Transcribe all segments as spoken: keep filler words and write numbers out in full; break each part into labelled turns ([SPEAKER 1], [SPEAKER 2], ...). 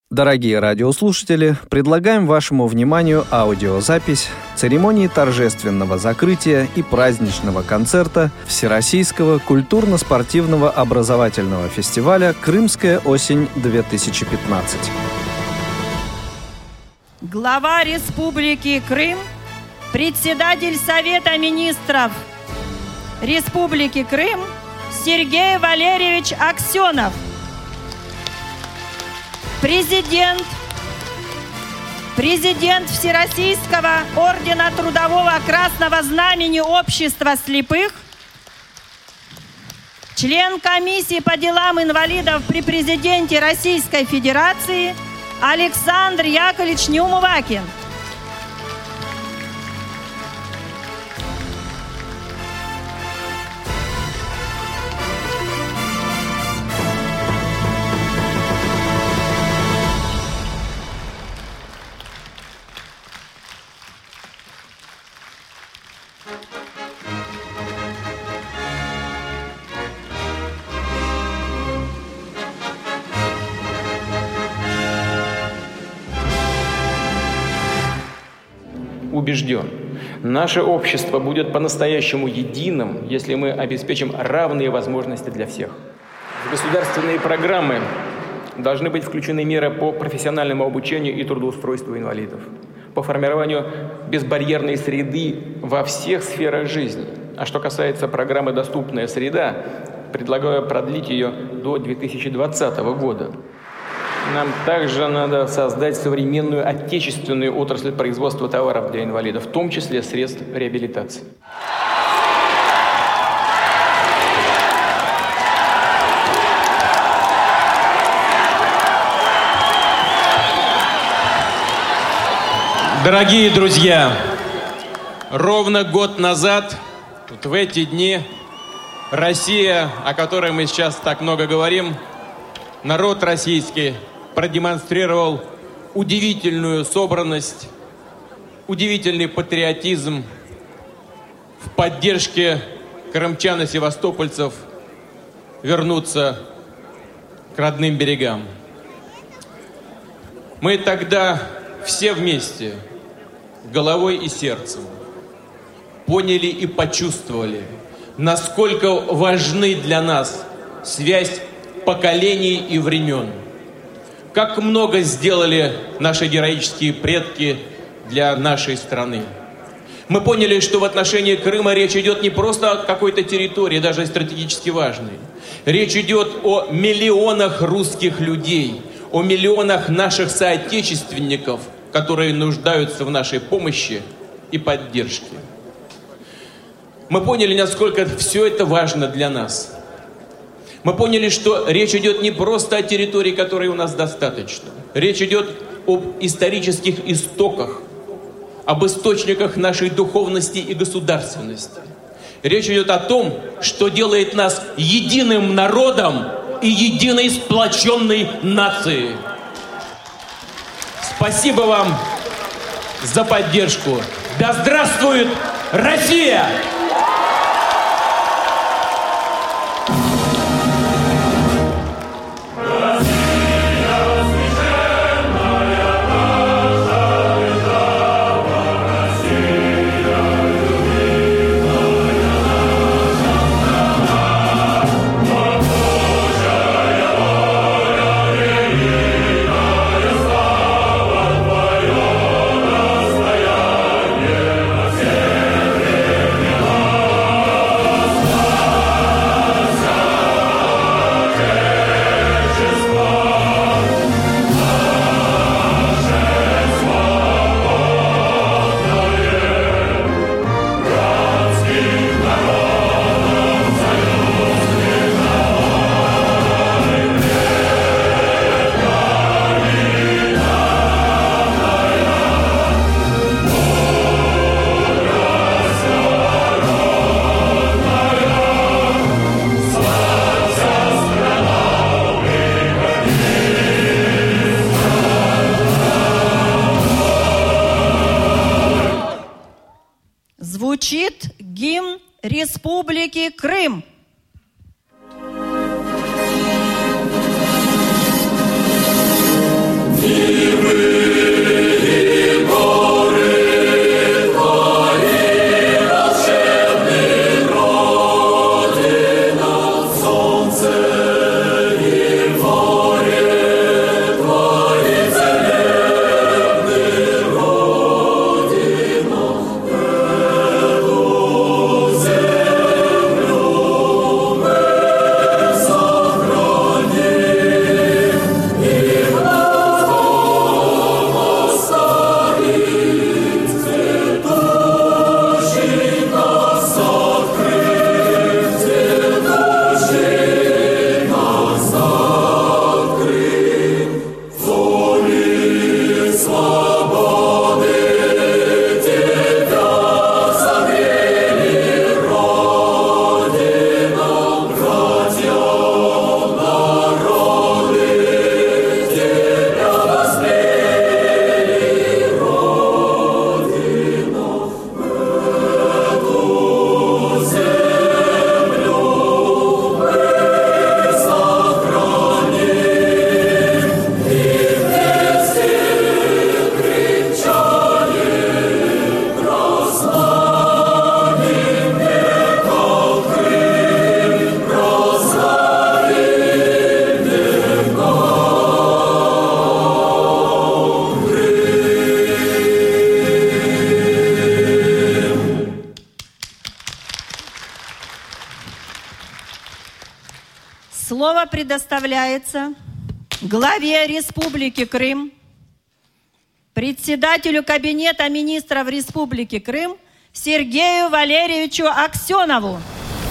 [SPEAKER 1] Дорогие радиослушатели, предлагаем вашему вниманию аудиозапись церемонии торжественного закрытия и праздничного концерта Всероссийского культурно-спортивного образовательного фестиваля «Крымская осень-две тысячи пятнадцать».
[SPEAKER 2] Глава Республики Крым, председатель Совета министров Республики Крым Сергей Валерьевич Аксенов, Президент, президент Всероссийского ордена Трудового Красного Знамени Общества слепых, член комиссии по делам инвалидов при президенте Российской Федерации Александр Яковлевич Неумывакин.
[SPEAKER 3] Убежден, наше общество будет по-настоящему единым, если мы обеспечим равные возможности для всех. В государственные программы должны быть включены меры по профессиональному обучению и трудоустройству инвалидов, по формированию безбарьерной среды во всех сферах жизни. А что касается программы «Доступная среда», предлагаю продлить ее до две тысячи двадцатого года. Нам также надо создать современную отечественную отрасль производства товаров для инвалидов, в том числе средств реабилитации.
[SPEAKER 4] Дорогие друзья, ровно год назад, вот в эти дни, Россия, о которой мы сейчас так много говорим, народ российский продемонстрировал удивительную собранность, удивительный патриотизм в поддержке крымчан и севастопольцев вернуться к родным берегам. Мы тогда все вместе, головой и сердцем, поняли и почувствовали, насколько важны для нас связь поколений и времен. Как много сделали наши героические предки для нашей страны. Мы поняли, что в отношении Крыма речь идет не просто о какой-то территории, даже стратегически важной. Речь идет о миллионах русских людей, о миллионах наших соотечественников, которые нуждаются в нашей помощи и поддержке. Мы поняли, насколько все это важно для нас. Мы поняли, что речь идет не просто о территории, которой у нас достаточно. Речь идет об исторических истоках, об источниках нашей духовности и государственности. Речь идет о том, что делает нас единым народом и единой сплоченной нацией. Спасибо вам за поддержку. Да здравствует Россия!
[SPEAKER 2] Звучит гимн Республики Крым.
[SPEAKER 5] В
[SPEAKER 2] предоставляется главе Республики Крым, председателю Кабинета министров Республики Крым Сергею Валерьевичу Аксенову.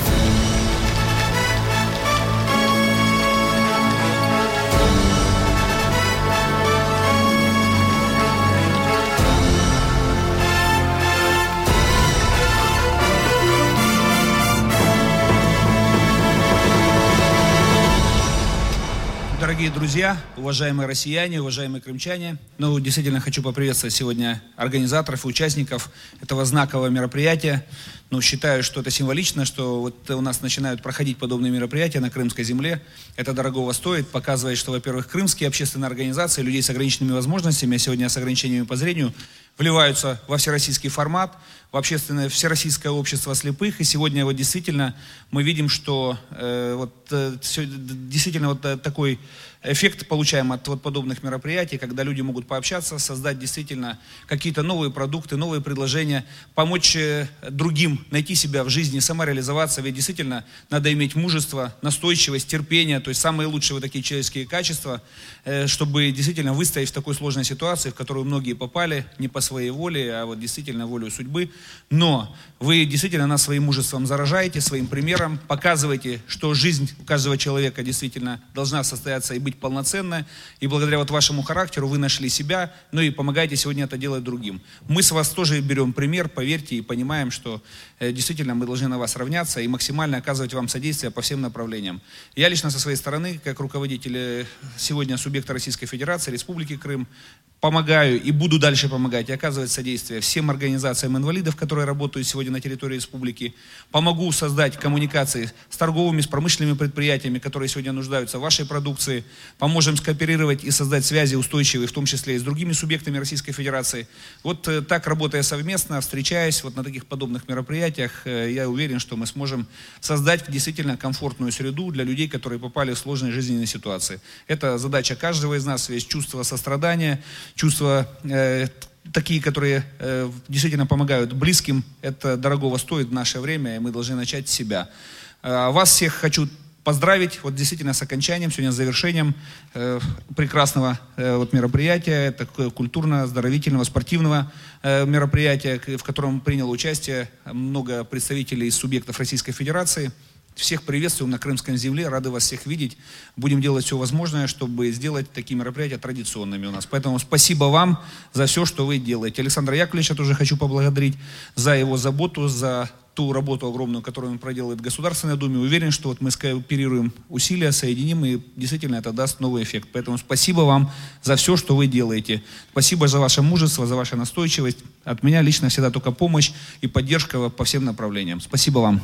[SPEAKER 5] Дорогие друзья, уважаемые россияне, уважаемые крымчане, ну, действительно хочу поприветствовать сегодня организаторов и участников этого знакового мероприятия. Ну, считаю, что это символично, что вот у нас начинают проходить подобные мероприятия на крымской земле. Это дорогого стоит, показывает, что, во-первых, крымские общественные организации, людей с ограниченными возможностями, а сегодня с ограничениями по зрению, вливаются во всероссийский формат, в общественное всероссийское общество слепых. И сегодня вот действительно мы видим, что э, вот, э, все, действительно вот э, такой эффект получаем от вот подобных мероприятий, когда люди могут пообщаться, создать действительно какие-то новые продукты, новые предложения, помочь э, другим найти себя в жизни, самореализоваться. Ведь действительно надо иметь мужество, настойчивость, терпение, то есть самые лучшие вот такие человеческие качества, э, чтобы действительно выстоять в такой сложной ситуации, в которую многие попали не по своей воле, а вот действительно волю судьбы. Но вы действительно нас своим мужеством заражаете, своим примером, показываете, что жизнь каждого человека действительно должна состояться и быть полноценной. И благодаря вот вашему характеру вы нашли себя, ну и помогаете сегодня это делать другим. Мы с вас тоже берем пример, поверьте, и понимаем, что э, действительно мы должны на вас равняться и максимально оказывать вам содействие по всем направлениям. Я лично со своей стороны, как руководитель сегодня субъекта Российской Федерации, Республики Крым, помогаю и буду дальше помогать и оказывать содействие всем организациям инвалидов, которые работают сегодня на территории республики. Помогу создать коммуникации с торговыми, с промышленными предприятиями, которые сегодня нуждаются в вашей продукции. Поможем скооперировать и создать связи устойчивые, в том числе и с другими субъектами Российской Федерации. Вот так, работая совместно, встречаясь вот на таких подобных мероприятиях, я уверен, что мы сможем создать действительно комфортную среду для людей, которые попали в сложные жизненные ситуации. Это задача каждого из нас, есть чувство сострадания, чувства э, такие, которые э, действительно помогают близким. Это дорогого стоит в наше время, и мы должны начать с себя. Э, вас всех хочу поздравить вот действительно с окончанием, сегодня с завершением э, прекрасного э, вот мероприятия, такое культурно-оздоровительного, спортивного э, мероприятия, в котором приняло участие много представителей из субъектов Российской Федерации. Всех приветствуем на крымской земле, рады вас всех видеть. Будем делать все возможное, чтобы сделать такие мероприятия традиционными у нас. Поэтому спасибо вам за все, что вы делаете. Александра Яковлевича тоже хочу поблагодарить за его заботу, за ту работу огромную, которую он проделает в Государственной Думе. Уверен, что вот мы скооперируем усилия, соединим, и действительно это даст новый эффект. Поэтому спасибо вам за все, что вы делаете. Спасибо за ваше мужество, за вашу настойчивость. От меня лично всегда только помощь и поддержка по всем направлениям. Спасибо вам.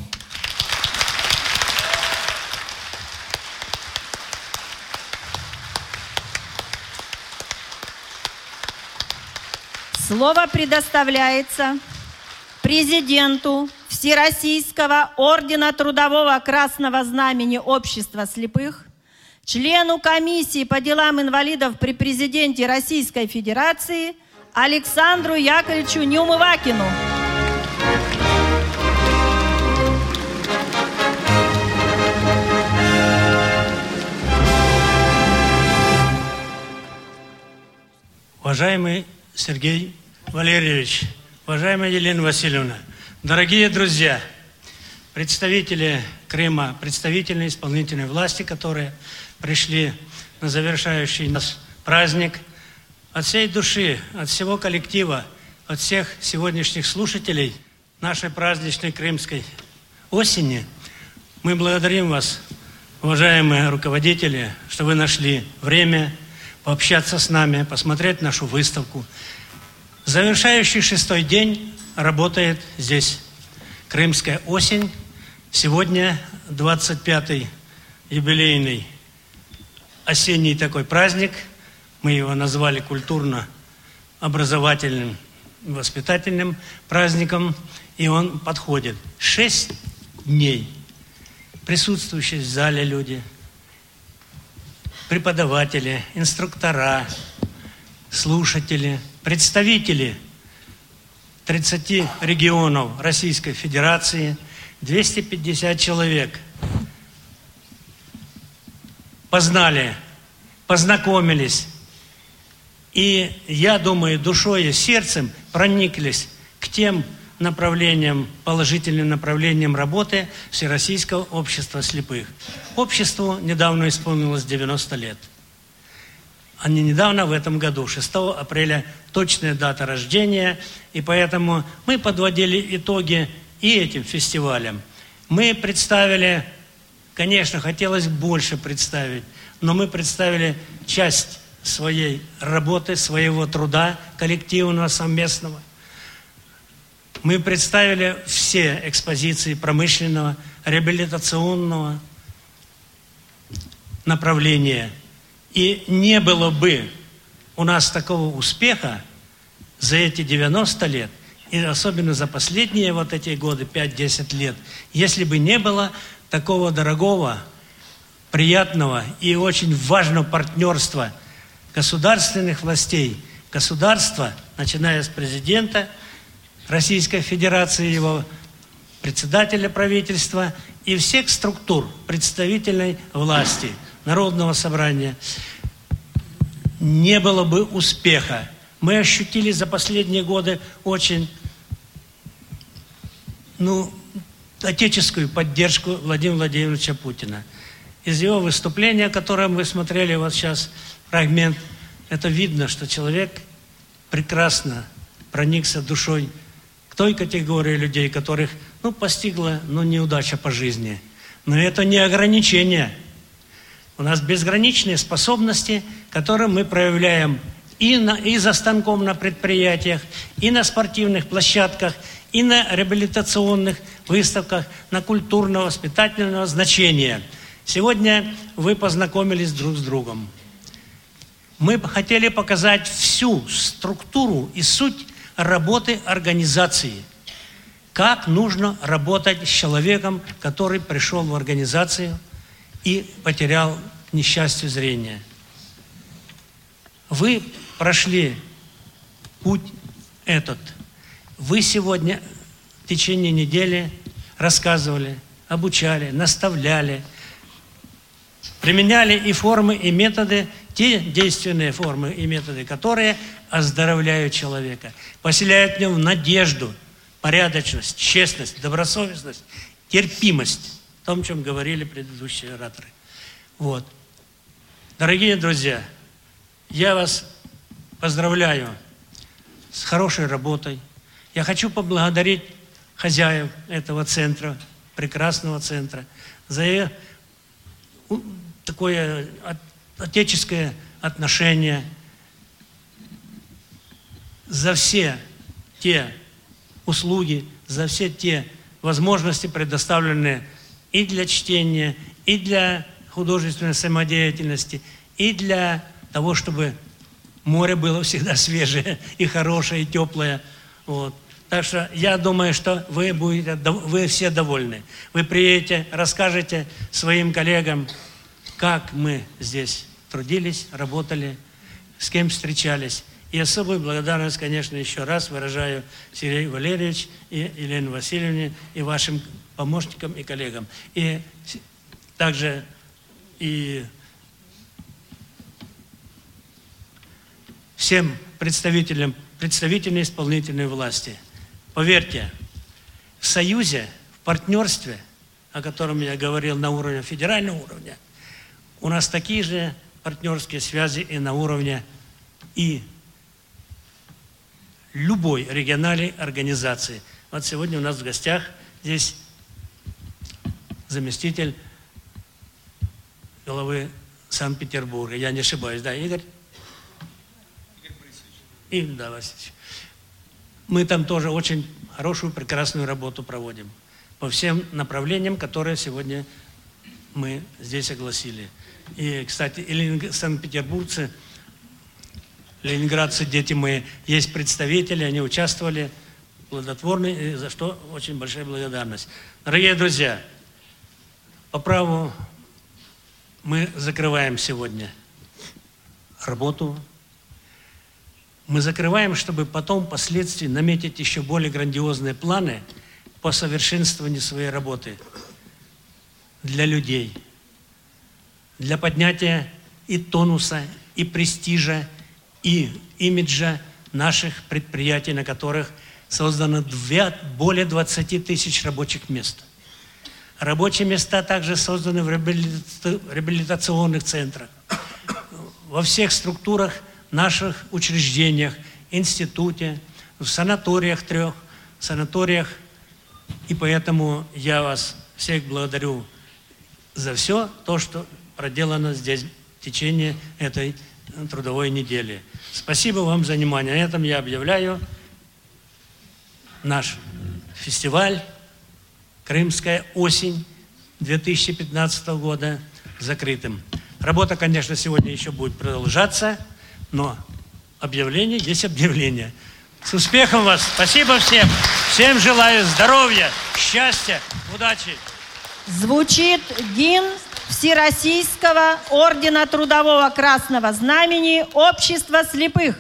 [SPEAKER 2] Слово предоставляется президенту Всероссийского ордена Трудового Красного Знамени Общества слепых, члену комиссии по делам инвалидов при президенте Российской Федерации Александру Яковлевичу Неумывакину.
[SPEAKER 6] Уважаемый Сергей Валерьевич, уважаемая Елена Васильевна, дорогие друзья, представители Крыма, представители исполнительной власти, которые пришли на завершающий наш праздник, от всей души, от всего коллектива, от всех сегодняшних слушателей нашей праздничной крымской осени, мы благодарим вас, уважаемые руководители, что вы нашли время пообщаться с нами, посмотреть нашу выставку. Завершающий шестой день работает здесь Крымская осень. Сегодня двадцать пятый юбилейный осенний такой праздник. Мы его назвали культурно-образовательным и воспитательным праздником. И он подходит. Шесть дней. Присутствующие в зале люди, преподаватели, инструктора, слушатели, представители тридцати регионов Российской Федерации, двести пятьдесят человек. познали, познакомились. И, я думаю, душой и сердцем прониклись к тем направлениям, положительным направлениям работы Всероссийского общества слепых. Обществу недавно исполнилось девяносто лет. А не недавно, в этом году, шестого апреля, точная дата рождения. И поэтому мы подводили итоги и этим фестивалям. Мы представили, конечно, хотелось больше представить, но мы представили часть своей работы, своего труда коллективного, совместного. Мы представили все экспозиции промышленного, реабилитационного направления. И не было бы у нас такого успеха за эти девяносто лет, и особенно за последние вот эти годы, пять-десять лет, если бы не было такого дорогого, приятного и очень важного партнерства государственных властей, государства, начиная с президента Российской Федерации, его председателя правительства и всех структур представительной власти, Народного собрания, не было бы успеха. Мы ощутили за последние годы очень, ну, отеческую поддержку Владимира Владимировича Путина. Из его выступления, которое мы смотрели вот сейчас, фрагмент, это видно, что человек прекрасно проникся душой к той категории людей, которых, ну, постигла, ну, неудача по жизни. Но это не ограничение. У нас безграничные способности, которые мы проявляем и, на, и за станком на предприятиях, и на спортивных площадках, и на реабилитационных выставках, на культурно-воспитательного значения. Сегодня вы познакомились друг с другом. Мы хотели показать всю структуру и суть работы организации. Как нужно работать с человеком, который пришел в организацию и потерял, к несчастью, зрение. Вы прошли путь этот. Вы сегодня в течение недели рассказывали, обучали, наставляли, применяли и формы, и методы, те действенные формы и методы, которые оздоровляют человека, поселяют в нем надежду, порядочность, честность, добросовестность, терпимость. В том, о чем говорили предыдущие ораторы. Вот. Дорогие друзья, я вас поздравляю с хорошей работой. Я хочу поблагодарить хозяев этого центра, прекрасного центра, за такое отеческое отношение, за все те услуги, за все те возможности, предоставленные и для чтения, и для художественной самодеятельности, и для того, чтобы море было всегда свежее, и хорошее, и теплое. Вот. Так что я думаю, что вы будете, вы все довольны. Вы приедете, расскажете своим коллегам, как мы здесь трудились, работали, с кем встречались. И особую благодарность, конечно, еще раз выражаю Сергею Валерьевичу и Елене Васильевне, и вашим помощникам и коллегам. И также и всем представителям, представительной исполнительной власти. Поверьте, в союзе, в партнерстве, о котором я говорил на уровне федерального уровня, у нас такие же партнерские связи и на уровне и любой региональной организации. Вот сегодня у нас в гостях здесь заместитель главы Санкт-Петербурга. Я не ошибаюсь, да, Игорь? Игорь Борисович. Игорь, да, Васильевич. Мы там тоже очень хорошую, прекрасную работу проводим по всем направлениям, которые сегодня мы здесь огласили. И, кстати, и санкт-петербургцы, ленинградцы, дети мои, есть представители, они участвовали плодотворно, и за что очень большая благодарность. Дорогие друзья, по праву мы закрываем сегодня работу. Мы закрываем, чтобы потом впоследствии наметить еще более грандиозные планы по совершенствованию своей работы для людей. для поднятия и тонуса, и престижа, и имиджа наших предприятий, на которых создано две, более двадцати тысяч рабочих мест. Рабочие места также созданы в реабилитационных центрах, во всех структурах наших учреждениях, институте, в санаториях трех, санаториях. И поэтому я вас всех благодарю за все то, что проделано здесь в течение этой трудовой недели. Спасибо вам за внимание. На этом я объявляю наш фестиваль «Крымская осень» две тысячи пятнадцатого года закрытым. Работа, конечно, сегодня еще будет продолжаться, но объявление есть объявление. С успехом вас! Спасибо всем! Всем желаю здоровья, счастья, удачи!
[SPEAKER 2] Звучит гимн Всероссийского ордена Трудового Красного Знамени Общества слепых.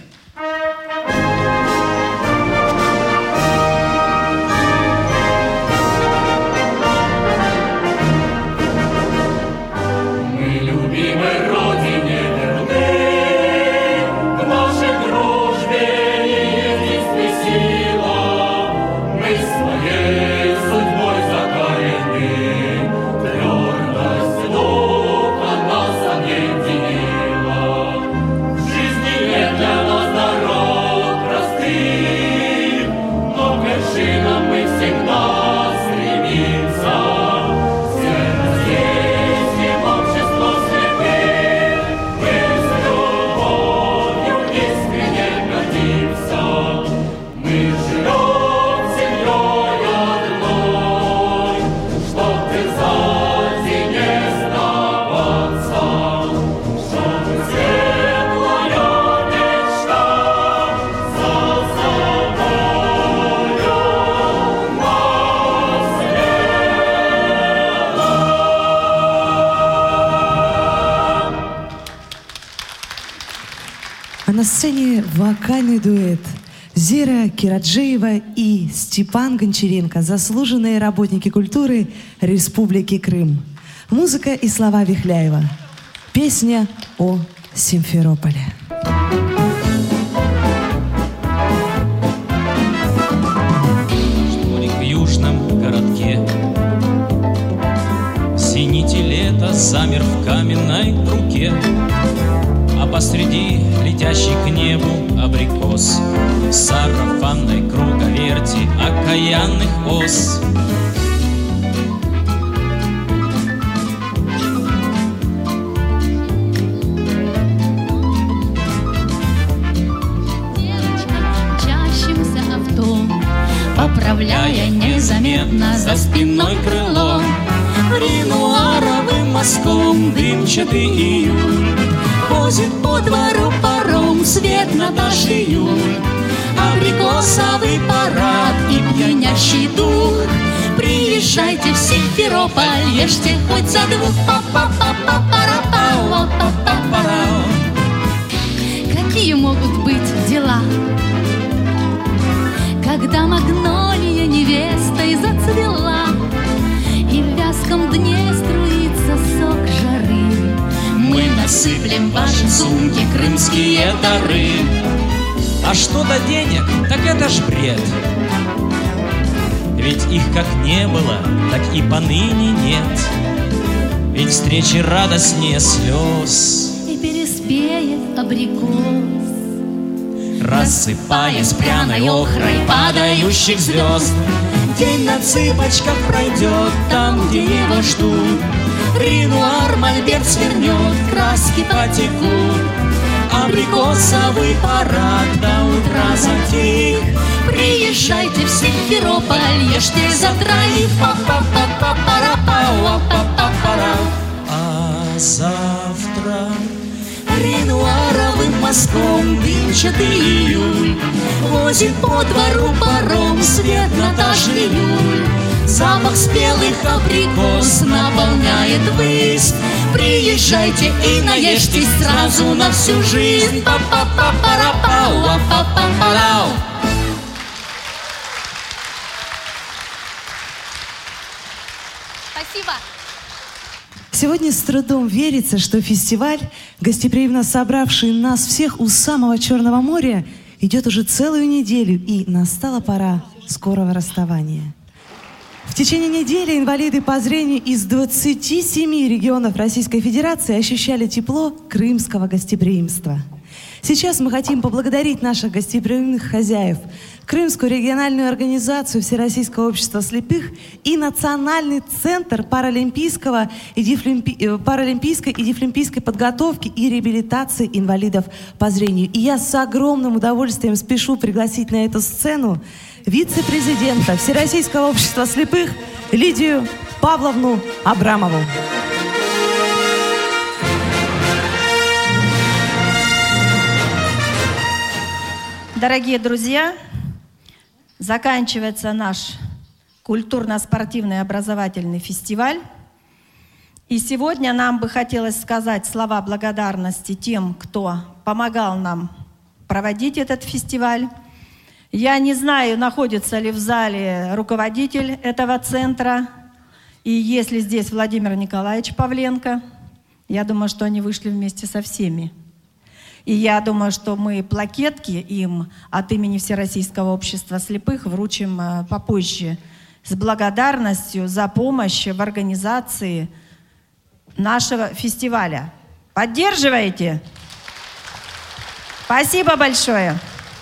[SPEAKER 7] На сцене вокальный дуэт Зира Кираджиева и Степан Гончаренко, заслуженные работники культуры Республики Крым. Музыка и слова Вихляева. Песня о Симферополе.
[SPEAKER 8] В южном городке сините лето замер в каменной руке, а посреди летящий к небу абрикос в сарафанной круговерти окаянных ос.
[SPEAKER 9] Девочка в мчащемся авто, поправляя незаметно за спиной крыло, ренуаровым мазком дымчатый июль возит по двору паром свет Наташи Юль. Абрикосовый парад и пьянящий дух. Приезжайте в Симферополь, ешьте хоть за двух. Какие могут быть дела, когда магнолия невестой зацвела, и в вязком дне струится сок жары? Мы насыплем в ваши сумки крымские дары.
[SPEAKER 8] А что до денег, так это ж бред. Ведь их как не было, так и поныне нет. Ведь встречи радостнее слез.
[SPEAKER 9] И переспеет абрикос,
[SPEAKER 8] рассыпаясь пряной охрой падающих звезд.
[SPEAKER 9] День на цыпочках пройдет там, где его ждут. Ренуар мольберт свернет, краски потекут. Абрикосовый парад до утра затих. Приезжайте в Симферополь, ешьте за троих.
[SPEAKER 8] А завтра
[SPEAKER 9] ренуаровым мазком дымчатый июль возит по двору паром свет Наташи Юль. Запах спелых абрикос наполняет высь. Приезжайте и наешьтесь сразу на всю жизнь.
[SPEAKER 7] Спасибо. Сегодня с трудом верится, что фестиваль, гостеприимно собравший нас всех у самого Черного моря, идет уже целую неделю, и настала пора скорого расставания. В течение недели инвалиды по зрению из двадцати семи регионов Российской Федерации ощущали тепло крымского гостеприимства. Сейчас мы хотим поблагодарить наших гостеприимных хозяев, Крымскую региональную организацию Всероссийского общества слепых и Национальный центр паралимпийского и дефлимпи... паралимпийской и дефлимпийской подготовки и реабилитации инвалидов по зрению. И я с огромным удовольствием спешу пригласить на эту сцену вице-президента Всероссийского общества слепых Лидию Павловну Абрамову.
[SPEAKER 2] Дорогие друзья, заканчивается наш культурно-спортивный образовательный фестиваль. И сегодня нам бы хотелось сказать слова благодарности тем, кто помогал нам проводить этот фестиваль. Я не знаю, находится ли в зале руководитель этого центра, и есть ли здесь Владимир Николаевич Павленко. Я думаю, что они вышли вместе со всеми. И я думаю, что мы плакетки им от имени Всероссийского общества слепых вручим попозже с благодарностью за помощь в организации нашего фестиваля. Поддерживаете? Спасибо большое.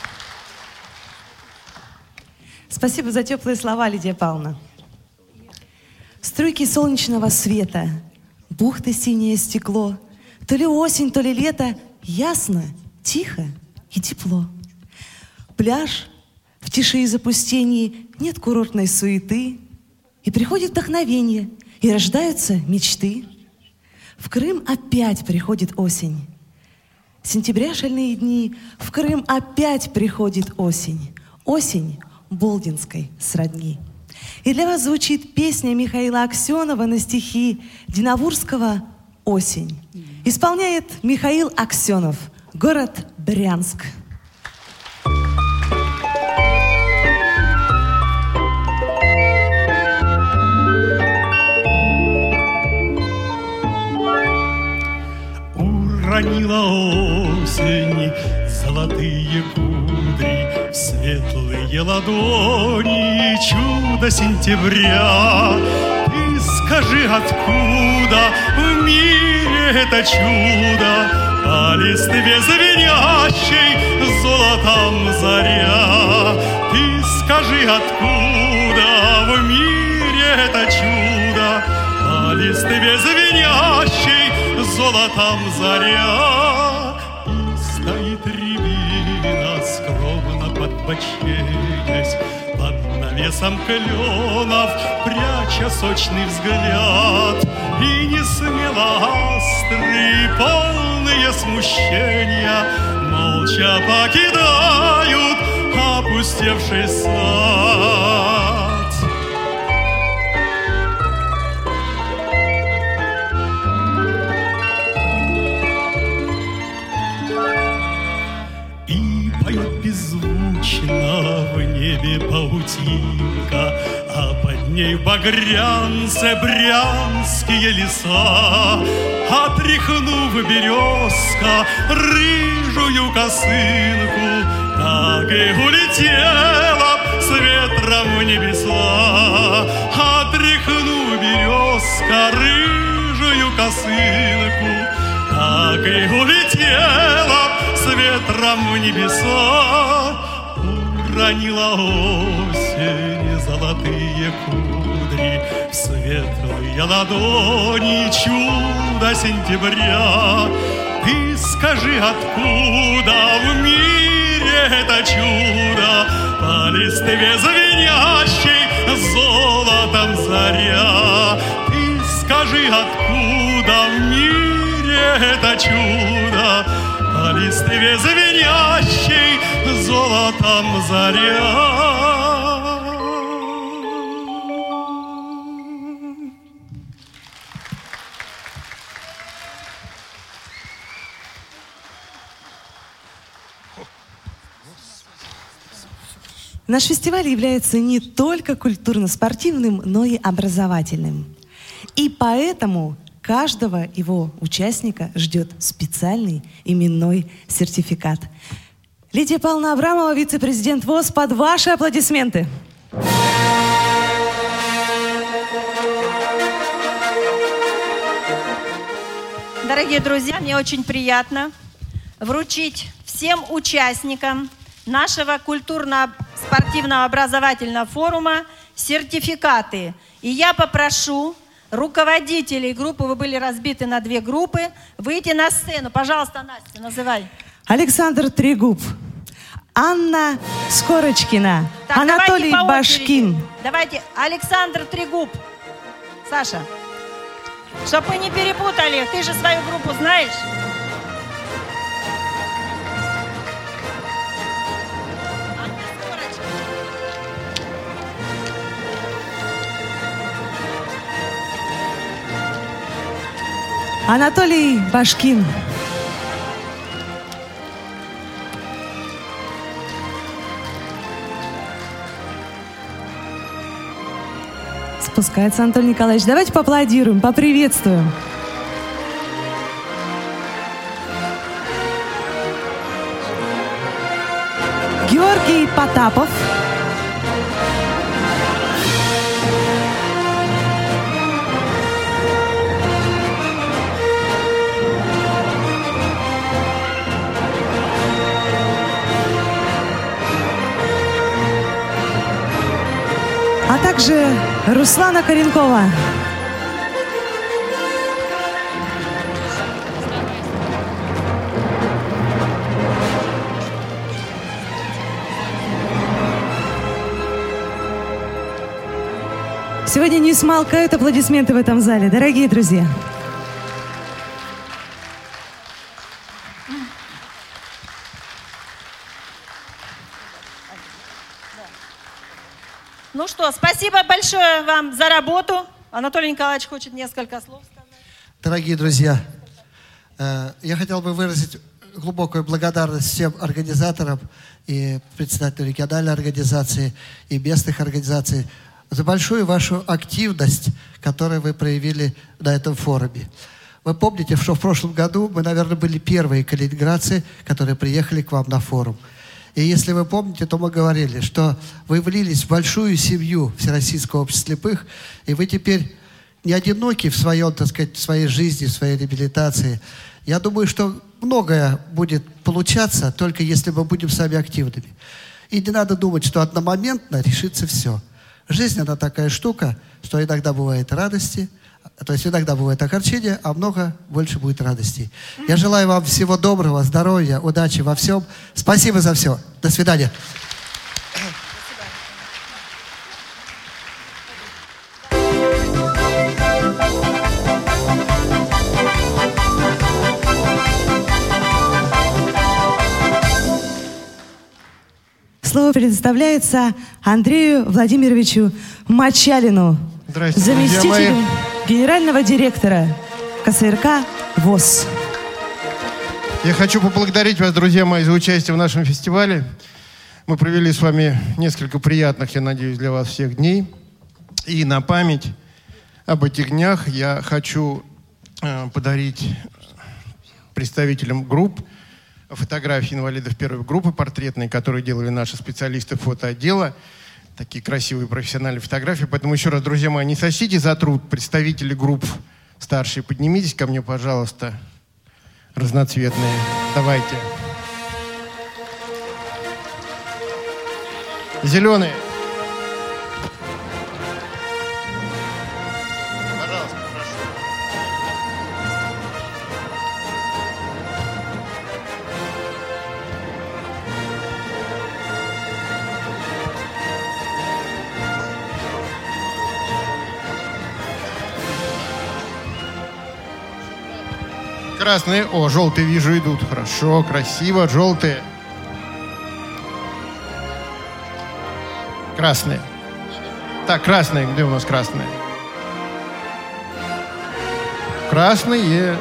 [SPEAKER 7] Спасибо за теплые слова, Лидия Павловна. Струйки солнечного света, бухты синее стекло, то ли осень, то ли лето, ясно, тихо и тепло. Пляж в тиши и запустении, нет курортной суеты, и приходит вдохновение, и рождаются мечты. В Крым опять приходит осень. Сентября шальные дни, в Крым опять приходит осень. Осень Болдинской сродни. И для вас звучит песня Михаила Аксенова на стихи Динавурского «Осень». Исполняет Михаил Аксенов, город Брянск.
[SPEAKER 10] Уронила осень золотые кудри в светлые ладони, чудо сентября. Ты скажи, откуда в мире это чудо, по листве звенящей золотом заря? Ты скажи, откуда в мире это чудо, по листве звенящей золотом заря? И стоит рябина, скромно подбоченясь, под навесом кленов, пряча сочный взгляд, и не смело острые, полные смущения, молча покидают опустевший сад. И поет беззвучно в небе паутинка, а под ней в багрянце брянские леса. Отряхнув березка рыжую косынку, так и улетела с ветром в небеса. Отряхнув березка рыжую косынку, так и улетела с ветром в небеса. Уронила осень золотые кудри в светлые ладони, чудо сентября. Ты скажи, откуда в мире это чудо, по листве звенящей золотом заря? Ты скажи, откуда в мире это чудо, по листве звенящей золотом заря?
[SPEAKER 7] Наш фестиваль является не только культурно-спортивным, но и образовательным. И поэтому каждого его участника ждет специальный именной сертификат. Лидия Павловна Абрамова, вице-президент ВОС, под ваши аплодисменты.
[SPEAKER 2] Дорогие друзья, мне очень приятно вручить всем участникам нашего культурно-спортивного образовательного форума сертификаты. И я попрошу руководителей группы, вы были разбиты на две группы, выйти на сцену. Пожалуйста, Настя, называй.
[SPEAKER 7] Александр Трегуб, Анна Скорочкина,
[SPEAKER 2] Так,
[SPEAKER 7] Анатолий
[SPEAKER 2] давайте
[SPEAKER 7] Башкин.
[SPEAKER 2] Давайте, Александр Трегуб. Саша, чтоб мы не перепутали, ты же свою группу знаешь.
[SPEAKER 7] Анатолий Башкин. Спускается Анатолий Николаевич. Давайте поаплодируем, поприветствуем. Георгий Потапов. А также Руслана Коренкова. Сегодня не смолкают аплодисменты в этом зале, дорогие друзья.
[SPEAKER 2] Ну что, спасибо большое вам за работу. Анатолий Николаевич хочет несколько слов сказать.
[SPEAKER 11] Дорогие друзья, я хотел бы выразить глубокую благодарность всем организаторам и председателю региональной организации и местных организаций за большую вашу активность, которую вы проявили на этом форуме. Вы помните, что в прошлом году мы, наверное, были первые калининградцы, которые приехали к вам на форум. И если вы помните, то мы говорили, что вы влились в большую семью Всероссийского общества слепых, и вы теперь не одиноки в своем, так сказать, в своей жизни, в своей реабилитации. Я думаю, что многое будет получаться, только если мы будем сами активными. И не надо думать, что одномоментно решится все. Жизнь, она такая штука, что иногда бывает радости, то есть иногда бывает огорчение, а много больше будет радостей. Я желаю вам всего доброго, здоровья, удачи во всем. Спасибо за все. До свидания.
[SPEAKER 7] Слово предоставляется Андрею Владимировичу Мочалину, заместителю генерального директора КСРК ВОС.
[SPEAKER 12] Я хочу поблагодарить вас, друзья мои, за участие в нашем фестивале. Мы провели с вами несколько приятных, я надеюсь, для вас всех дней. И на память об этих днях я хочу э, подарить представителям групп фотографии инвалидов первой группы портретные, которые делали наши специалисты фотоотдела. Такие красивые профессиональные фотографии. Поэтому еще раз, друзья мои, не сочтите за труд. Представители групп старшие, поднимитесь ко мне, пожалуйста. Разноцветные. Давайте. Зеленые. Пожалуйста, прошу. Красные. О, желтые вижу идут. Хорошо, красиво. Желтые. Красные. Так, красные. Где у нас красные? Красные.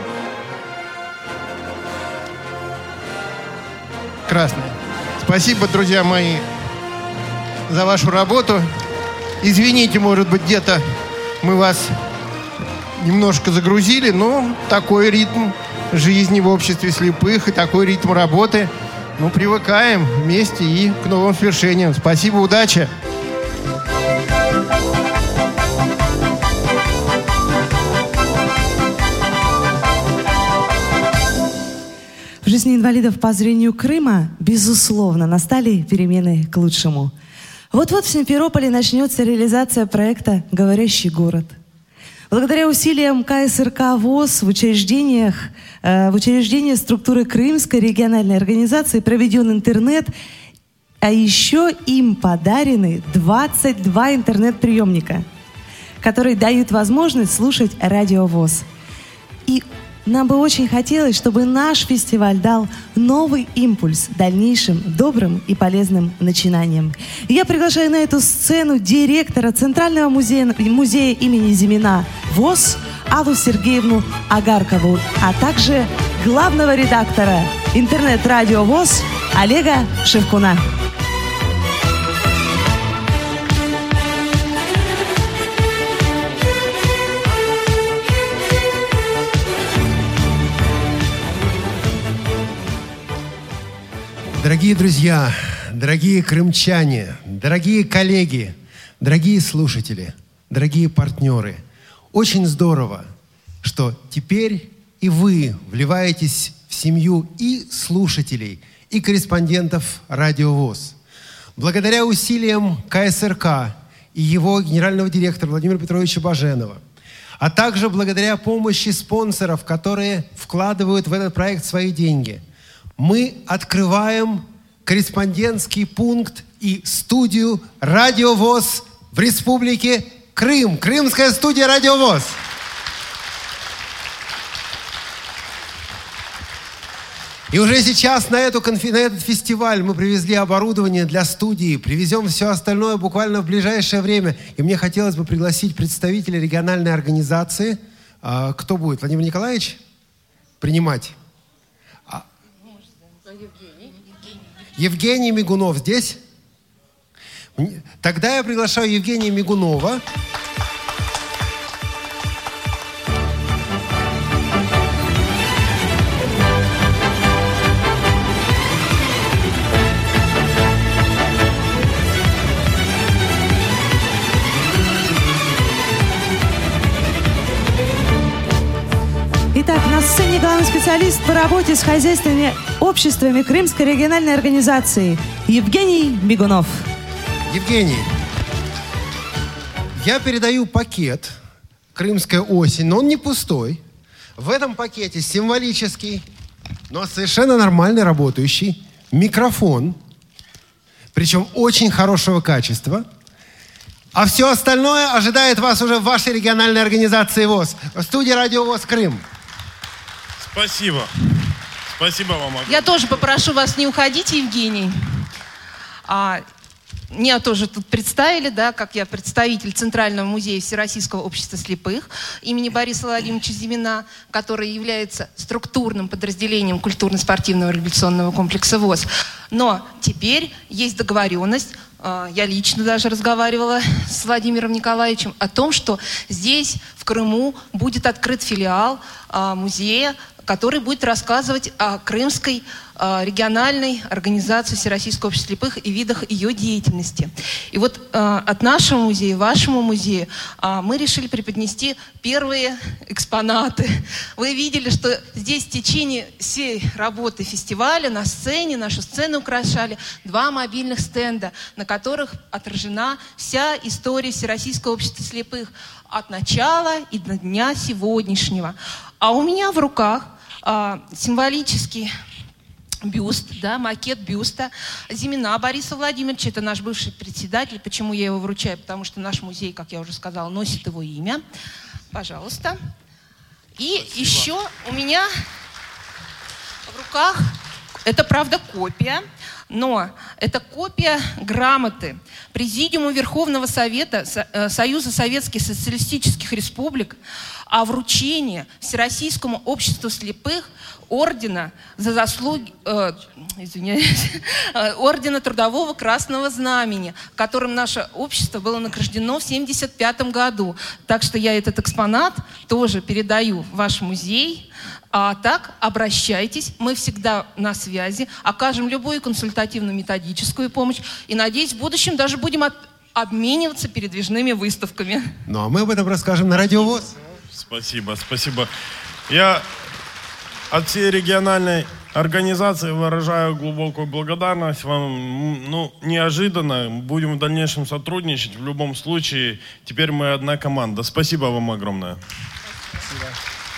[SPEAKER 12] Красные. Спасибо, друзья мои, за вашу работу. Извините, может быть, где-то мы вас немножко загрузили, но такой ритм жизни в обществе слепых и такой ритм работы. Ну, привыкаем вместе и к новым свершениям. Спасибо, удачи!
[SPEAKER 7] В жизни инвалидов по зрению Крыма, безусловно, настали перемены к лучшему. Вот-вот в Симферополе начнется реализация проекта «Говорящий город». Благодаря усилиям ка эс эр ка ВОС в учреждениях, э, в учреждении структуры Крымской региональной организации проведен интернет, а еще им подарены двадцать два интернет-приемника, которые дают возможность слушать радио ВОС. И нам бы очень хотелось, чтобы наш фестиваль дал новый импульс дальнейшим добрым и полезным начинаниям. И я приглашаю на эту сцену директора Центрального музея, музея имени Зимина ВОС Аллу Сергеевну Агаркову, а также главного редактора интернет-радио ВОС Олега Шевкуна.
[SPEAKER 13] Дорогие друзья, дорогие крымчане, дорогие коллеги, дорогие слушатели, дорогие партнеры, очень здорово, что теперь и вы вливаетесь в семью и слушателей, и корреспондентов Радио ВОС. Благодаря усилиям ка эс эр ка и его генерального директора Владимира Петровича Баженова, а также благодаря помощи спонсоров, которые вкладывают в этот проект свои деньги, мы открываем корреспондентский пункт и студию Радио ВОС в Республике Крым. Крымская студия Радио ВОС. И уже сейчас на, эту, на этот фестиваль мы привезли оборудование для студии, привезем все остальное буквально в ближайшее время. И мне хотелось бы пригласить представителя региональной организации. А, кто будет? Владимир Николаевич? Принимать. Евгений Мигунов здесь? Тогда я приглашаю Евгения Мигунова.
[SPEAKER 7] Итак, на сцене главный специалист по работе с хозяйственными обществами Крымской региональной организации Евгений Мигунов.
[SPEAKER 13] Евгений, я передаю пакет «Крымская осень», но он не пустой. В этом пакете символический, но совершенно нормальный работающий микрофон, причем очень хорошего качества. А все остальное ожидает вас уже в вашей региональной организации ВОС, в студии Радио ВОС Крым.
[SPEAKER 14] Спасибо. Спасибо вам огромное.
[SPEAKER 15] Я тоже попрошу вас не уходить, Евгений. А, меня тоже тут представили, да, как я представитель Центрального музея Всероссийского общества слепых имени Бориса Владимировича Зимина, который является структурным подразделением культурно-спортивного революционного комплекса ВОС. Но теперь есть договоренность, я лично даже разговаривала с Владимиром Николаевичем о том, что здесь, в Крыму, будет открыт филиал музея, который будет рассказывать о Крымской региональной организации Всероссийского общества слепых и видах ее деятельности. И вот от нашего музея, вашему музею, мы решили преподнести первые экспонаты. Вы видели, что здесь в течение всей работы фестиваля на сцене, нашу сцену украшали два мобильных стенда, на которых отражена вся история Всероссийского общества слепых от начала и до дня сегодняшнего. А у меня в руках а, символический бюст, да, макет бюста Зимина Бориса Владимировича. Это наш бывший председатель. Почему я его вручаю? Потому что наш музей, как я уже сказала, носит его имя. Пожалуйста. И Спасибо. Еще у меня в руках, это, правда, копия, но это копия грамоты Президиума Верховного Совета Союза Советских Социалистических Республик о вручении Всероссийскому обществу слепых ордена за заслуги, э, извиняюсь, ордена Трудового Красного Знамени, которым наше общество было награждено в семьдесят пятом году. Так что я этот экспонат тоже передаю в ваш музей. А так, обращайтесь, мы всегда на связи, окажем любую консультативно-методическую помощь и, надеюсь, в будущем даже будем от, обмениваться передвижными выставками.
[SPEAKER 13] Ну, а мы об этом расскажем на Радио ВОС.
[SPEAKER 14] Спасибо, спасибо. Я от всей региональной организации выражаю глубокую благодарность вам. Ну, неожиданно. Будем в дальнейшем сотрудничать. В любом случае, теперь мы одна команда. Спасибо вам огромное.
[SPEAKER 13] Спасибо.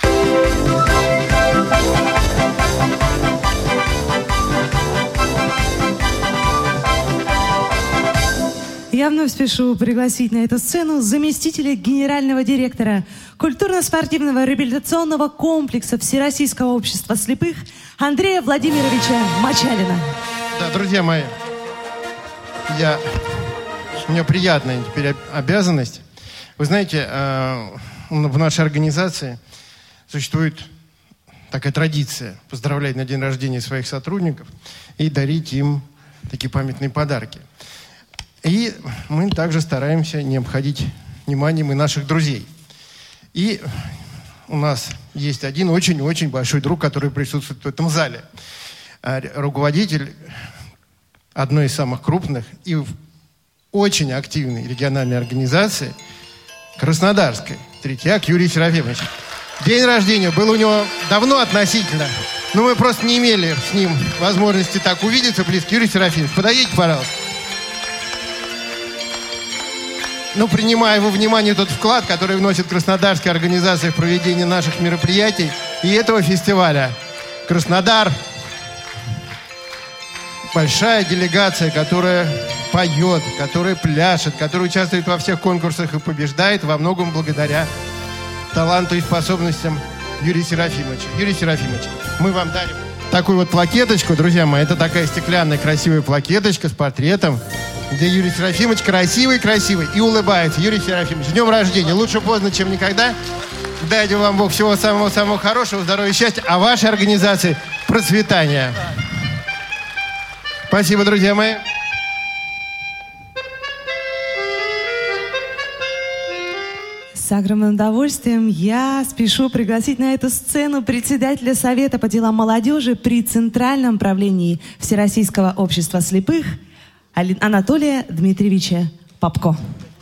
[SPEAKER 7] Я вновь спешу пригласить на эту сцену заместителя генерального директора культурно-спортивного реабилитационного комплекса Всероссийского общества слепых Андрея Владимировича Мочалина.
[SPEAKER 12] Да, друзья мои, я, у меня приятная теперь обязанность. Вы знаете, в нашей организации существует такая традиция поздравлять на день рождения своих сотрудников и дарить им такие памятные подарки. И мы также стараемся не обходить вниманием и наших друзей. И у нас есть один очень-очень большой друг, который присутствует в этом зале. Руководитель одной из самых крупных и очень активной региональной организации Краснодарской, Третьяк Юрий Серафимович. День рождения был у него давно относительно, но мы просто не имели с ним возможности так увидеться близко. Юрий Серафимович, подойдите, пожалуйста. Ну, принимая во внимание тот вклад, который вносит Краснодарская организация в проведение наших мероприятий и этого фестиваля. Краснодар – большая делегация, которая поет, которая пляшет, которая участвует во всех конкурсах и побеждает во многом благодаря таланту и способностям Юрия Серафимовича. Юрий Серафимович, мы вам дарим такую вот плакеточку, друзья мои. Это такая стеклянная красивая плакеточка с портретом, где Юрий Серафимович красивый-красивый и улыбается. Юрий Серафимович, с днем рождения. Лучше поздно, чем никогда. Дайте вам Бог всего самого-самого хорошего, здоровья и счастья, а вашей организации процветания. Спасибо, друзья мои.
[SPEAKER 7] С огромным удовольствием я спешу пригласить на эту сцену председателя Совета по делам молодежи при Центральном правлении Всероссийского общества слепых Анатолия Дмитриевича Попко.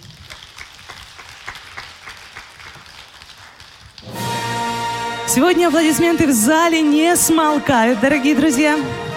[SPEAKER 7] Сегодня аплодисменты в зале не смолкают, дорогие друзья.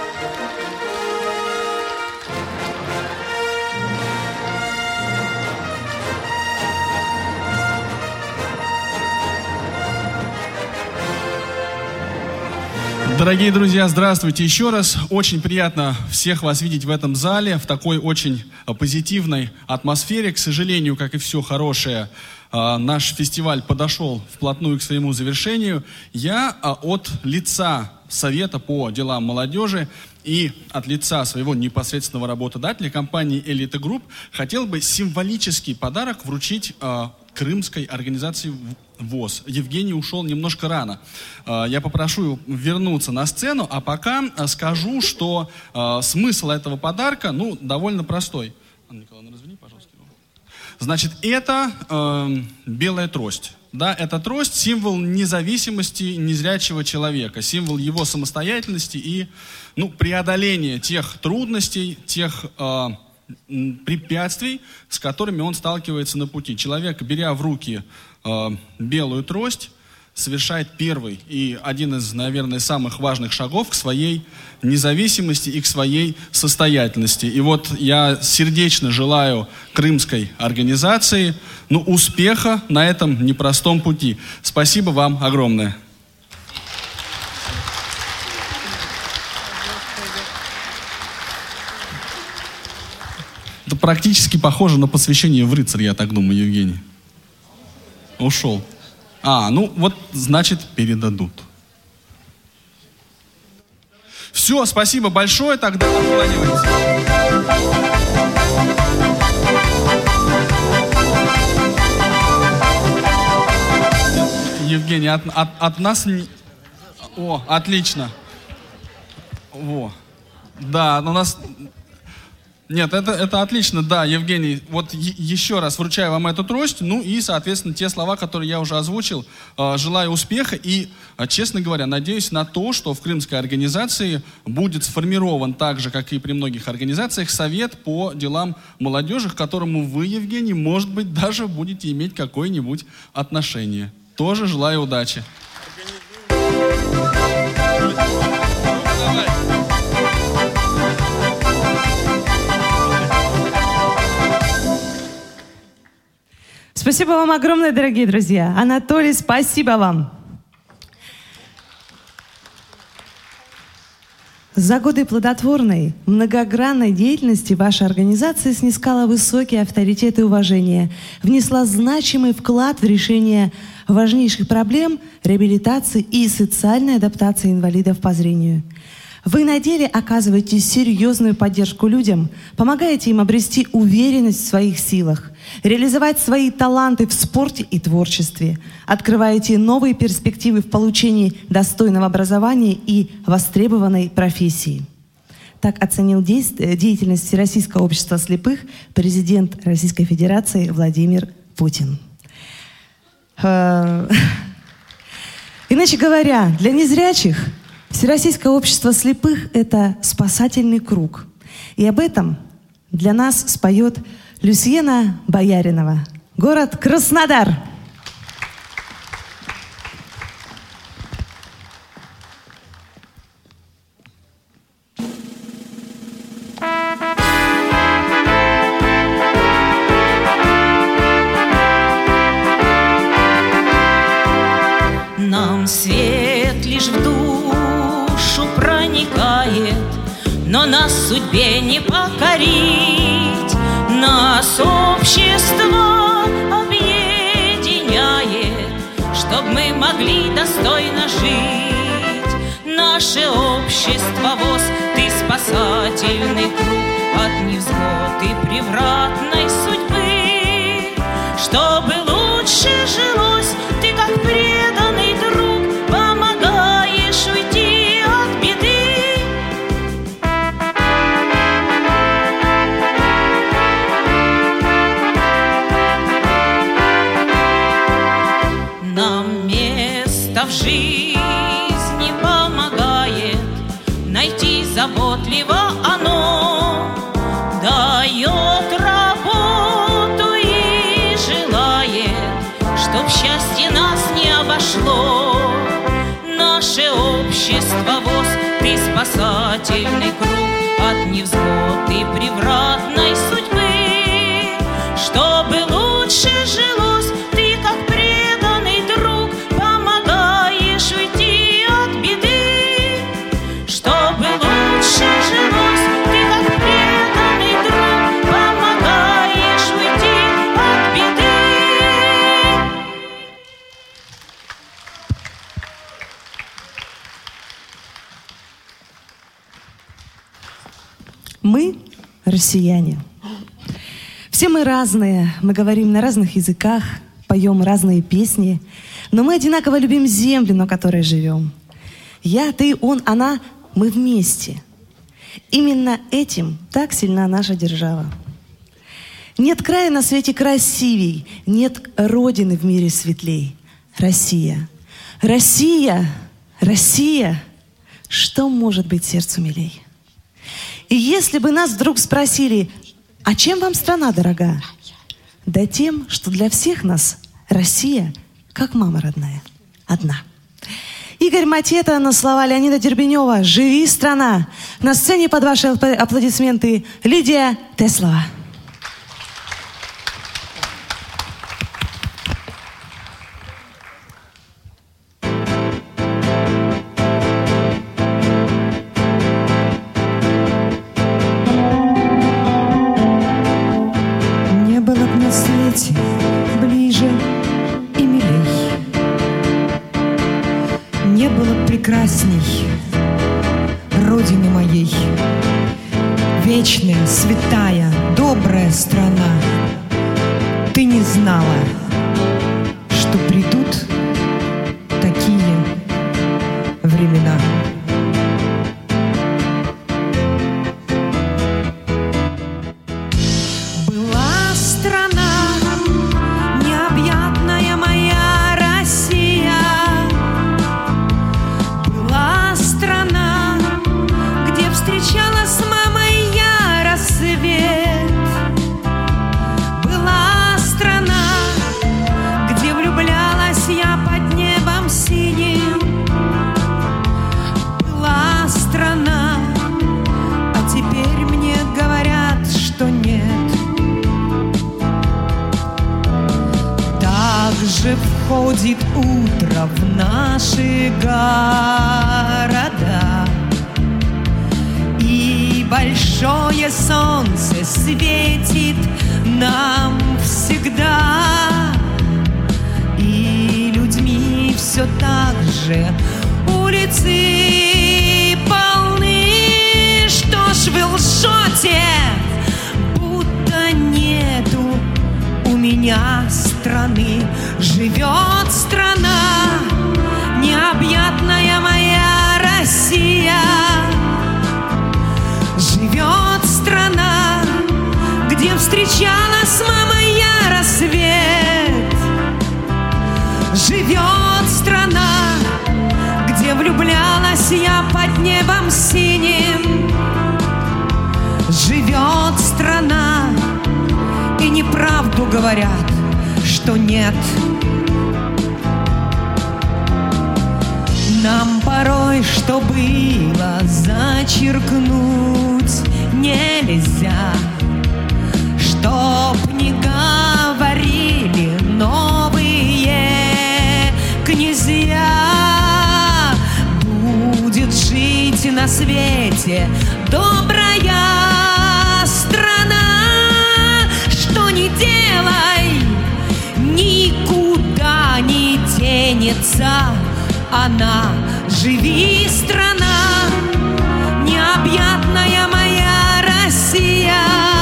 [SPEAKER 16] Дорогие друзья, здравствуйте еще раз. Очень приятно всех вас видеть в этом зале, в такой очень позитивной атмосфере. К сожалению, как и все хорошее, наш фестиваль подошел вплотную к своему завершению. Я от лица Совета по делам молодежи и от лица своего непосредственного работодателя, компании «Элита Групп», хотел бы символический подарок вручить крымской организации ВОС. Евгений ушел немножко рано. Я попрошу его вернуться на сцену, а пока скажу, что смысл этого подарка, ну, довольно простой. Анна Николаевна, развини, пожалуйста. Значит, это э, белая трость. Да, это трость — символ независимости незрячего человека, символ его самостоятельности и, ну, преодоления тех трудностей, тех э, препятствий, с которыми он сталкивается на пути. Человек, беря в руки э, белую трость, совершает первый и один из, наверное, самых важных шагов к своей независимости и к своей состоятельности. И вот я сердечно желаю крымской организации, ну, успеха на этом непростом пути. Спасибо вам огромное. Это практически похоже на посвящение в рыцарь, я так думаю, Евгений. Ушел. А, ну вот, значит, передадут. Все, спасибо большое, тогда отклонивайтесь. Евгений, от, от, от нас... Не... О, отлично. Во. Да, у нас... Нет, это, это отлично, да, Евгений. Вот е- еще раз вручаю вам эту трость, ну и, соответственно, те слова, которые я уже озвучил. Э, желаю успеха и, э, честно говоря, надеюсь на то, что в крымской организации будет сформирован так же, как и при многих организациях, совет по делам молодежи, к которому вы, Евгений, может быть, даже будете иметь какое-нибудь отношение. Тоже желаю удачи.
[SPEAKER 7] Спасибо вам огромное, дорогие друзья. Анатолий, спасибо вам. За годы плодотворной, многогранной деятельности ваша организация снискала высокий авторитет и уважение, внесла значимый вклад в решение важнейших проблем реабилитации и социальной адаптации инвалидов по зрению. Вы на деле оказываете серьезную поддержку людям, помогаете им обрести уверенность в своих силах, реализовать свои таланты в спорте и творчестве, открываете новые перспективы в получении достойного образования и востребованной профессии. Так оценил деятельность Всероссийского общества слепых президент Российской Федерации Владимир Путин. Иначе говоря, для незрячих Всероссийское общество слепых – это спасательный круг. И об этом для нас споет Люсьена Бояринова. Город Краснодар.
[SPEAKER 9] Нам свет лишь в душу проникает, но нас судьбе не покорить. Нас общество объединяет, чтоб мы могли достойно жить. Наше общество воз, ты спасательный круг от невзгод и превратной судьбы. Чтобы лучше жилось, ты как преданный друг помогаешь уйти от беды. Нам место в жизни помогает найти заботливо оно, дает работу и желает, чтоб счастье нас не обошло. Наше общество воз, ты спасательный круг от невзгод и превратной судьбы. Чтобы лучше жилось, ты как преданный друг помогаешь уйти от беды. Чтобы лучше жилось, ты как преданный друг помогаешь уйти от беды.
[SPEAKER 7] Мы россияне. Все мы разные, мы говорим на разных языках, поем разные песни, но мы одинаково любим землю, на которой живем. Я, ты, он, она, мы вместе. Именно этим так сильна наша держава. Нет края на свете красивей, нет родины в мире светлей. Россия, Россия, Россия, что может быть сердцу милей? И если бы нас вдруг спросили, а чем вам страна дорога? Да тем, что для всех нас Россия, как мама родная, одна. Игорь Матета на слова Леонида Дербенева «Живи, страна!» На сцене под ваши аплодисменты Лидия Теслова.
[SPEAKER 17] Ближе и милей, не было прекрасней родины моей. Вечная, святая, добрая страна, ты не знала, что придут приходит утро в наши города, и большое солнце светит нам всегда, и людьми все так же улицы полны. Что ж вы лжете, будто нету у меня страны? Живет страна, необъятная моя Россия. Живет страна, где встречала с мамой я рассвет. Живет страна, где влюблялась я под небом синим. Живет страна, и неправду говорят, что нет. Нам порой, что было, зачеркнуть нельзя, чтоб не говорили новые князья. Будет жить на свете добрая страна. Что ни делай, никуда не денется она. Живи, страна, необъятная моя Россия.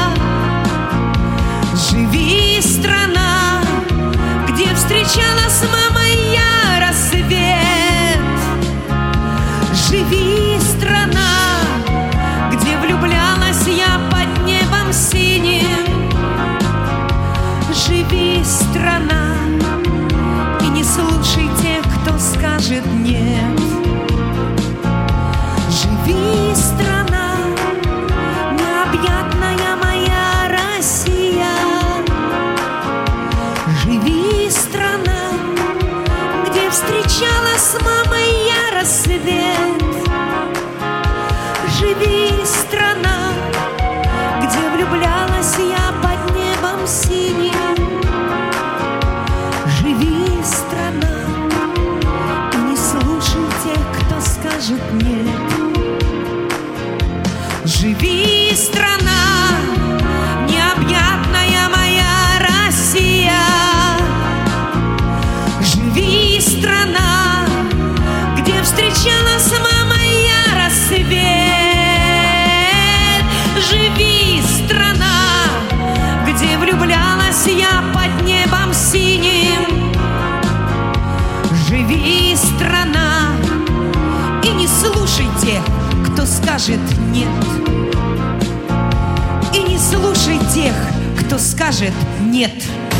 [SPEAKER 17] Живи, страна, где встречала с мамой я рассвет. Живи, страна, где влюблялась я под небом синим. Живи, страна, и не слушай тех, кто скажет нет. Живи, страна, необъятная моя Россия. Живи, страна, где встречала с мамой я рассвет. Живи, страна, где влюблялась я под небом синим. Живи, страна, и не слушай тех, кто скажет нет. Живи, страна, необъятная моя Россия. Живи, страна, где встречала с мамой я рассвет. Живи, страна, где влюблялась я под небом синим. Живи, страна, и не слушайте, кто скажет нет. И не слушай тех, кто скажет нет.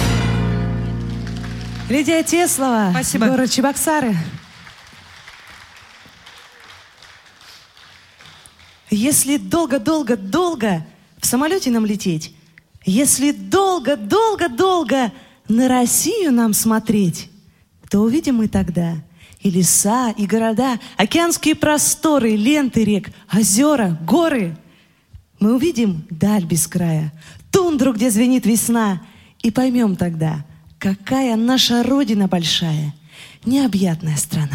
[SPEAKER 7] Лидия Теслова,
[SPEAKER 17] Спасибо.
[SPEAKER 7] Город Чебоксары. Если долго-долго-долго в самолете нам лететь, если долго-долго-долго на Россию нам смотреть, то увидим мы тогда и леса, и города, океанские просторы, ленты рек, озера, горы. Мы увидим даль без края, тундру, где звенит весна, и поймем тогда, какая наша Родина большая, необъятная страна.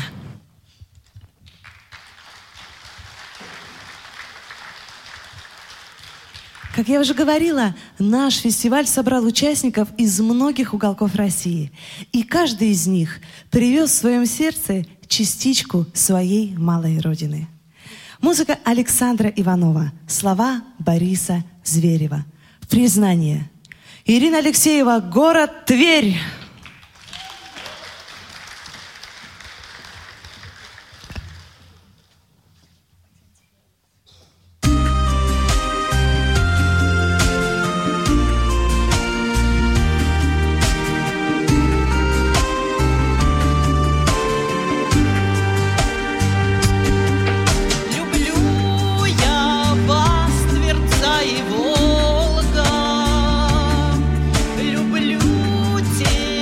[SPEAKER 7] Как я уже говорила, наш фестиваль собрал участников из многих уголков России. И каждый из них привез в своем сердце частичку своей малой родины. Музыка Александра Иванова, слова Бориса Зверева. Признание. Ирина Алексеева, город Тверь.
[SPEAKER 9] Люблю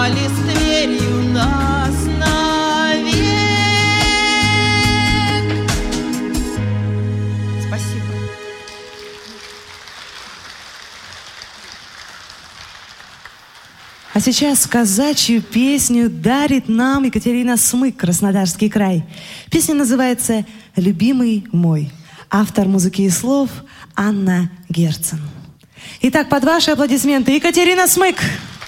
[SPEAKER 18] закрывали с дверью нас навек. Спасибо.
[SPEAKER 7] А сейчас казачью песню дарит нам Екатерина Смык, Краснодарский край. Песня называется «Любимый мой». Автор музыки и слов Анна Герцен. Итак, под ваши аплодисменты Екатерина Смык.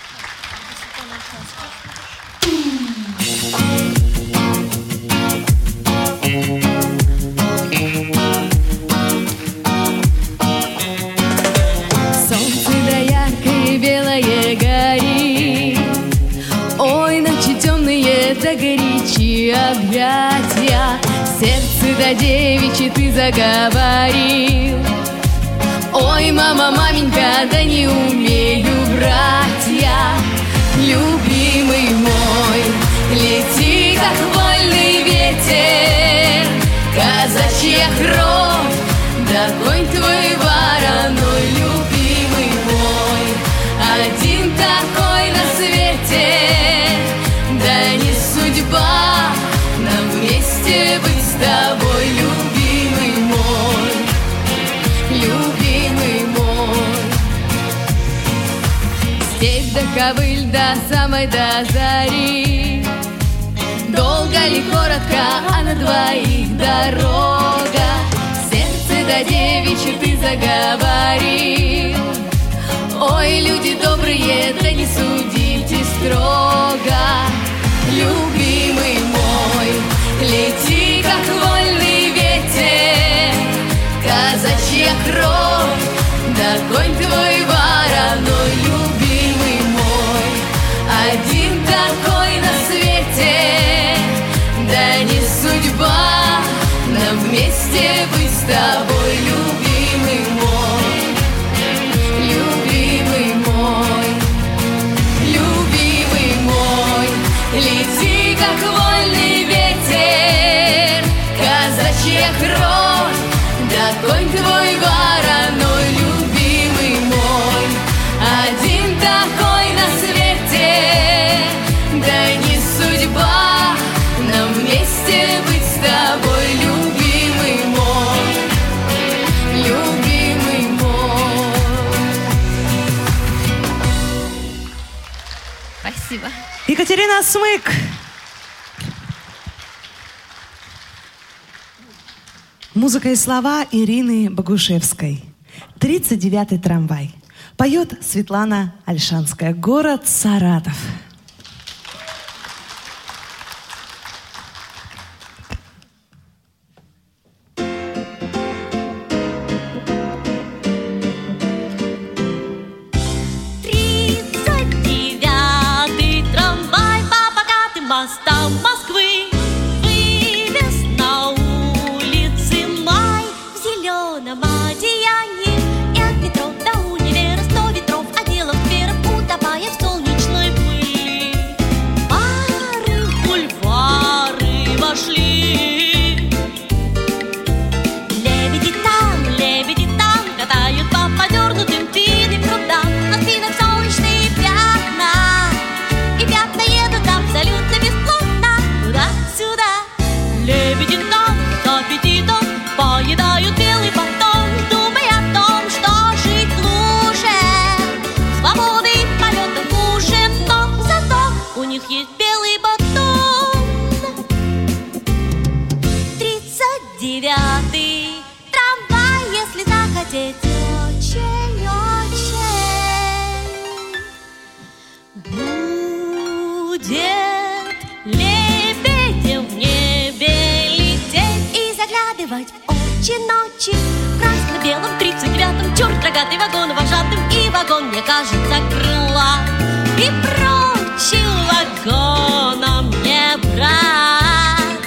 [SPEAKER 19] Солнце да яркое белое горит, ой, ночи темные да горячие объятия, сердце да девичье ты заговорил. Ой, мама, маменька, да не умею врать я. Любимый мой, лети, как вольный ветер, казачья кровь, да конь твой вороной. Любимый мой, один такой на свете, да не судьба нам вместе быть с тобой. Любимый мой, любимый мой. Степь да ковыль до самой до зари, долго ли, коротко, а на двоих дорога. Сердце да девичье ты заговорил. Ой, люди добрые, да не судите строго. Любимый мой, лети, как вольный ветер, казачья кровь, да конь твой вороной. Любимый мой, один такой на свете, да не судьба нам вместе быть с тобой. Любимый мой, любимый мой, любимый мой, лети, как вольный ветер, казачья кровь, да конь твой вороной. Любимый мой, один такой на свете, да не судьба нам вместе быть с тобой. Любимый мой, любимый мой.
[SPEAKER 7] Спасибо. Екатерина Смык. Музыка и слова Ирины Богушевской. тридцать девятый трамвай. Поет Светлана Ольшанская. Город Саратов.
[SPEAKER 9] Тридцать девятый трамвай по богатым мостам Москвы вывез на улицы май в зеленом одеянии, и от метро до универа сто ветров одело вверх, утопая в солнечной пыли. Пары в бульвары вошли. Лебеди там, лебеди там катают по подернутым тыным прудам, на спинах солнечные пятна, и пятна едут абсолютно бесплатно туда-сюда. Лебеди там с аппетитом поедают белый батон, думая о том, что жить лучше, свободы полета хуже, но зато у них есть белый батон. Тридцать девятый трамвай, если захотеть очень-очень, будет лебедем в небе лететь и заглядывать в очи ночи. В красно-белом тридцать девятом черт рогатый вагон вожатым, и вагон, мне кажется, крыла, и прочим вагоном не брать.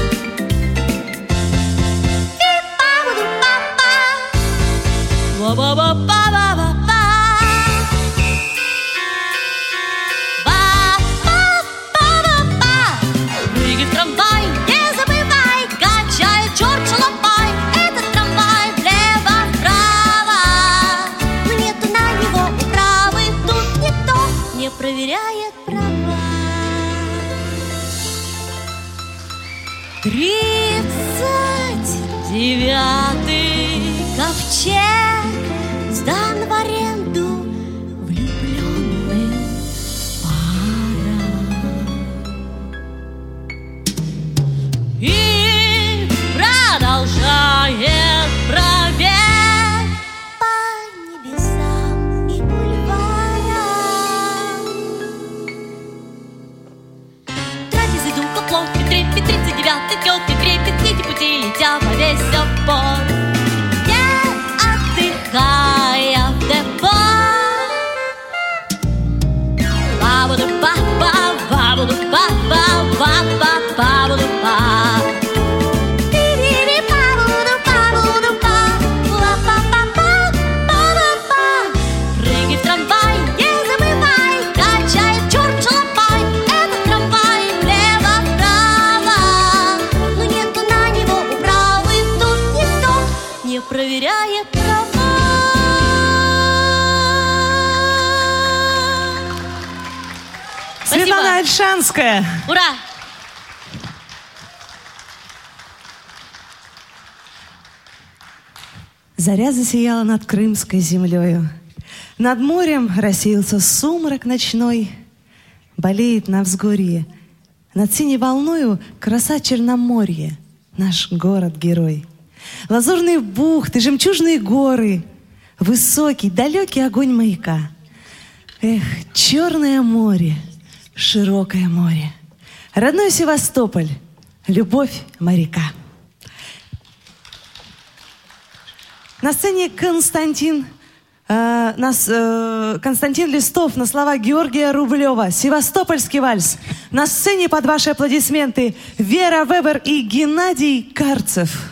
[SPEAKER 9] И па-ба-ду-па-па, ба-ба-ба-ба-ба-ба. Прыгай в трамвай, не забывай, качай черт шалопай. Этот трамвай влево-вправо, но нету на него управы, тут не то, не проверяй. Тридцать девятый ковчег сдан в аренду влюбленным парам. И продолжает пробег по небесам и бульварам. Трапезы духа плохи, трепет, тридцать девятый тёлки крепит, нити пути летя во весь опор, не отдыхая в депо. Ба-ба-да-ба-ба, ба-ба-да-ба-ба, ба-ба-ба-ба-ба. Прыгай в трамвай, не забывай, качает черт шалопай. Этот трамвай влево-вправо, но нету на него управы. Тут никто не проверяет права.
[SPEAKER 7] Светлана Ольшанская.
[SPEAKER 9] Ура!
[SPEAKER 7] Заря засияла над крымской землею. Над морем рассеялся сумрак ночной. Болеет на взгорье. Над синей волною краса Черноморья. Наш город-герой. Лазурные бухты, жемчужные горы. Высокий, далекий огонь маяка. Эх, Черное море, широкое море. Родной Севастополь, любовь моряка. На сцене Константин, э, нас, э, Константин Листов на слова Георгия Рублева. «Севастопольский вальс». На сцене под ваши аплодисменты Вера Вебер и Геннадий Карцев.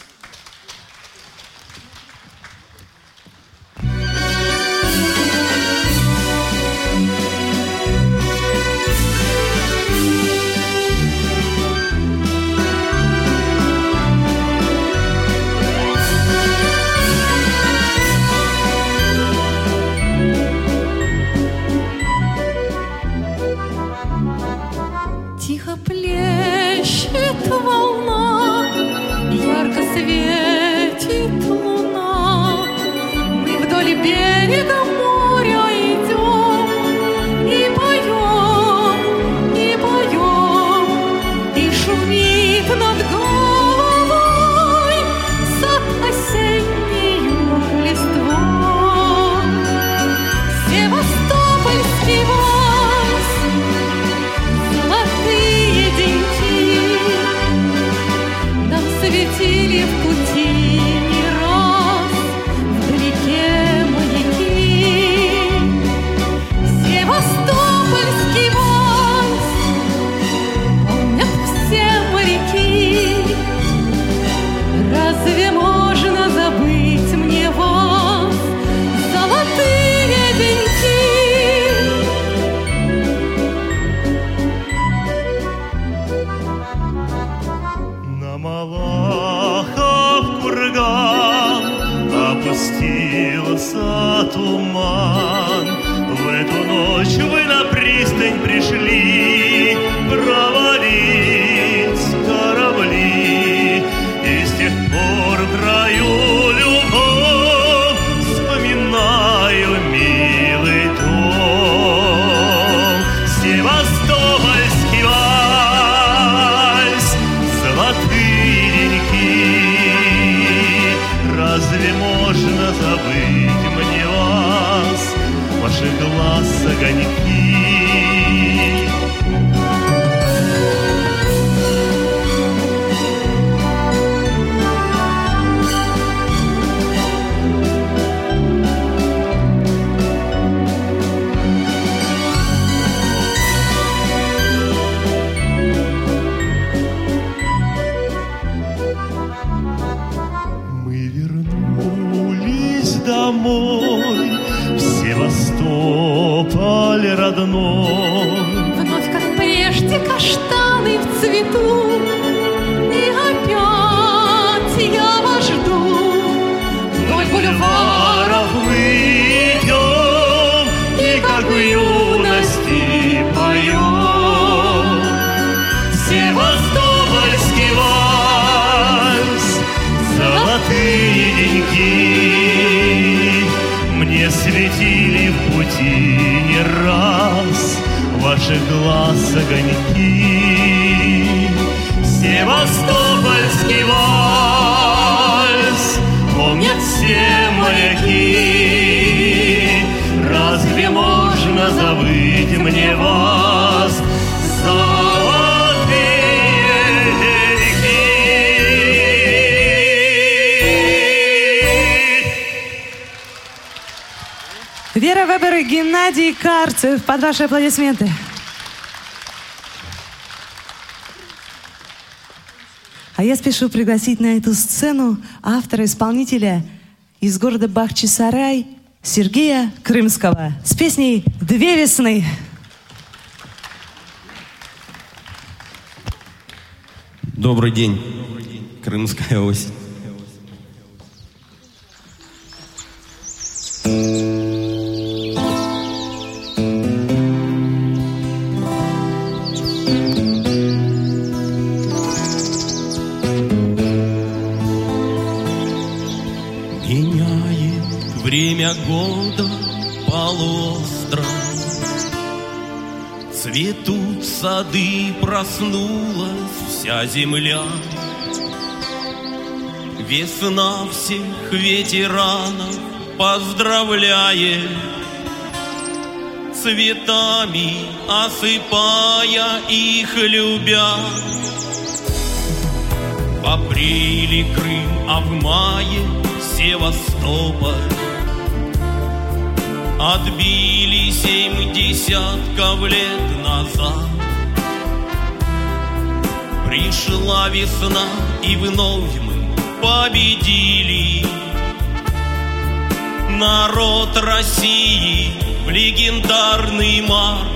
[SPEAKER 17] Тихо плещет волна, ярко светит луна. Мы вдоль берега моря идем и поем, и поем, и шумит над головой сад осеннею листвой. Севастопольский вальс, золотые деньки нам светили в пути не раз, вдалеке маяки. Севастопольский вальс помнят все моряки. Разве можно забыть мне вас, золотые деньки?
[SPEAKER 10] На Малахов курган опустился туман. В эту ночь вы на пристань пришли проводить корабли. И с тех пор в краю любовь вспоминаю милый дом. Севастопольский вальс, золотые деньки. Разве можно забыть мне вас, ваших глаз огоньки? Мы вернулись домой в Севастополь ваших глаз огоньки. Севастопольский вальс помнят все моряки. Разве можно забыть мне вас, золотые реки?
[SPEAKER 7] Вера Вебер и Геннадий Карцев. Под ваши аплодисменты. А я спешу пригласить на эту сцену автора-исполнителя из города Бахчисарай Сергея Крымского с песней «Две весны».
[SPEAKER 20] Добрый день, Крымская осень.
[SPEAKER 8] Время года полуостров, цветут сады, проснулась вся земля. Весна всех ветеранов поздравляет, цветами осыпая их любя. В апреле Крым, а в мае Севастополь. Отбили семь десятков лет назад. Пришла весна, и вновь мы победили. Народ России в легендарный март.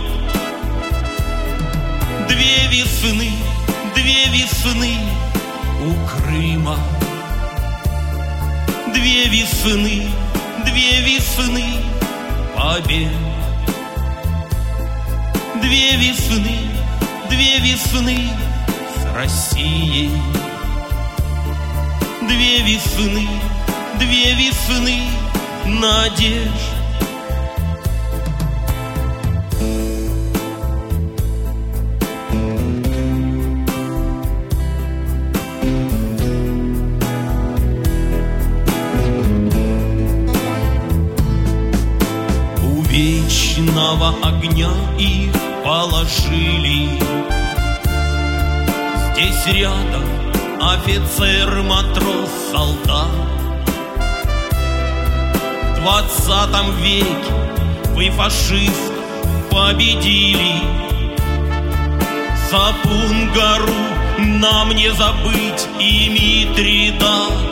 [SPEAKER 8] Две весны, две весны у Крыма. Две весны, две весны побед. Две весны, две весны с Россией. Две весны, две весны надежд. Вечного огня их положили. Здесь рядом офицер, матрос, солдат. В двадцатом веке вы, фашист, победили. Сапун-гору нам не забыть и Митридат.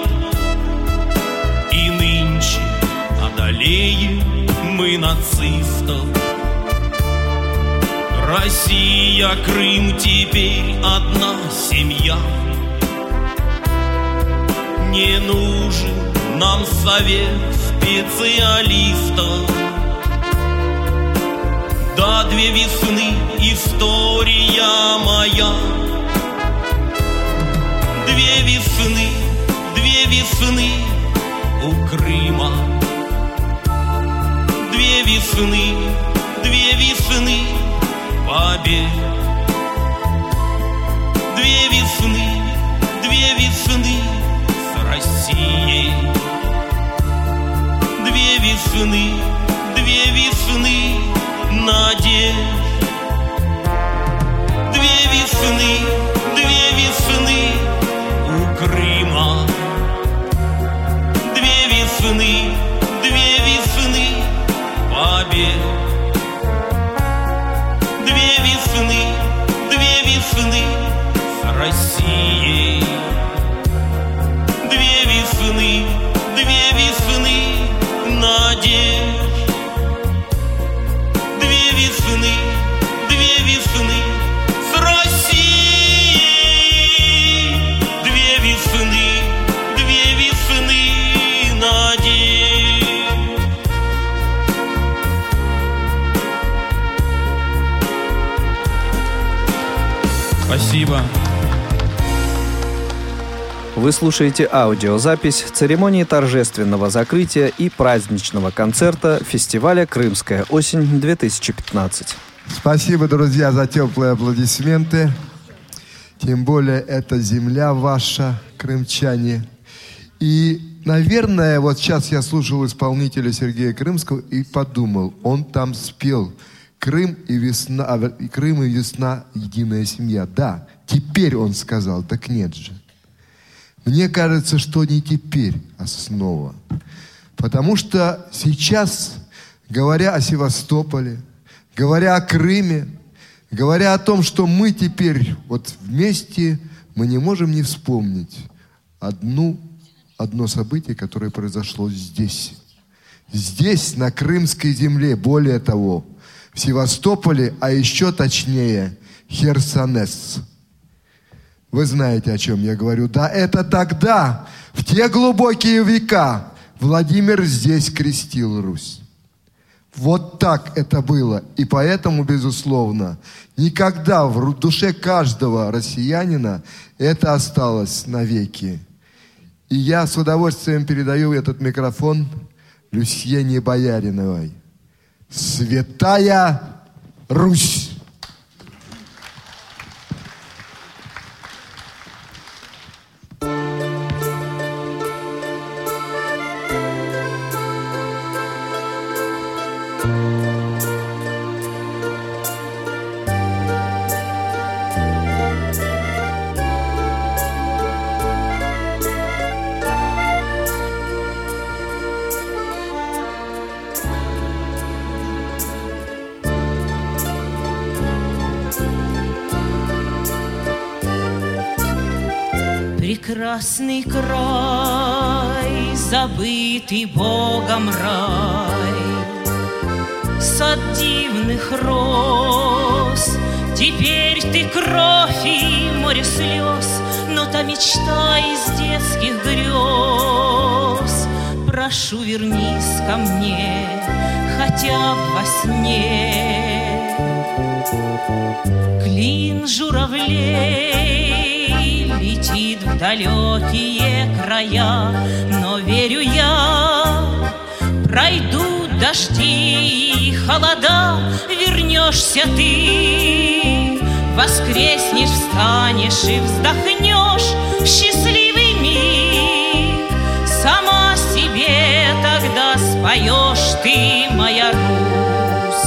[SPEAKER 8] И нынче одолеем мы нацистов. Россия, Крым теперь одна семья. Не нужен нам совет специалистов. Да, две весны история моя. Две весны, две весны у Крыма. Две весны, две весны побед. Две весны, две весны с Россией. Две весны, две весны надежд. Две весны, две весны у Крыма. Две весны, две весны побед. Две весны, две весны с Россией. Две весны, две весны надежд. Две весны, две весны с Россией. Две весны, две весны надежд. Спасибо.
[SPEAKER 1] Вы слушаете аудиозапись церемонии торжественного закрытия и праздничного концерта фестиваля «Крымская осень-две тысячи пятнадцать».
[SPEAKER 21] Спасибо, друзья, за теплые аплодисменты. Тем более, это земля ваша, крымчане. И, наверное, вот сейчас я слушал исполнителя Сергея Крымского и подумал, он там спел «Крым и весна, и Крым и весна, единая семья». Да, теперь он сказал, так нет же. Мне кажется, что не теперь, а снова. Потому что сейчас, говоря о Севастополе, говоря о Крыме, говоря о том, что мы теперь вот вместе, мы не можем не вспомнить одну, одно событие, которое произошло здесь. Здесь, на крымской земле, более того, в Севастополе, а еще точнее, Херсонес. Вы знаете, о чем я говорю. Да, это тогда, в те глубокие века, Владимир здесь крестил Русь. Вот так это было. И поэтому, безусловно, никогда в душе каждого россиянина это осталось навеки. И я с удовольствием передаю этот микрофон Люсьене Бояриновой. Святая Русь!
[SPEAKER 9] Прекрасный край, забытый Богом рай, сад дивных роз. Теперь ты кровь и море слез, но та мечта из детских грез. Прошу, вернись ко мне, хотя бы во сне. Клин журавлей летит в далекие края, но верю я, пройдут дожди и холода, вернешься ты, воскреснешь, встанешь и вздохнешь в счастливый миг. Сама себе тогда споешь ты, моя Русь.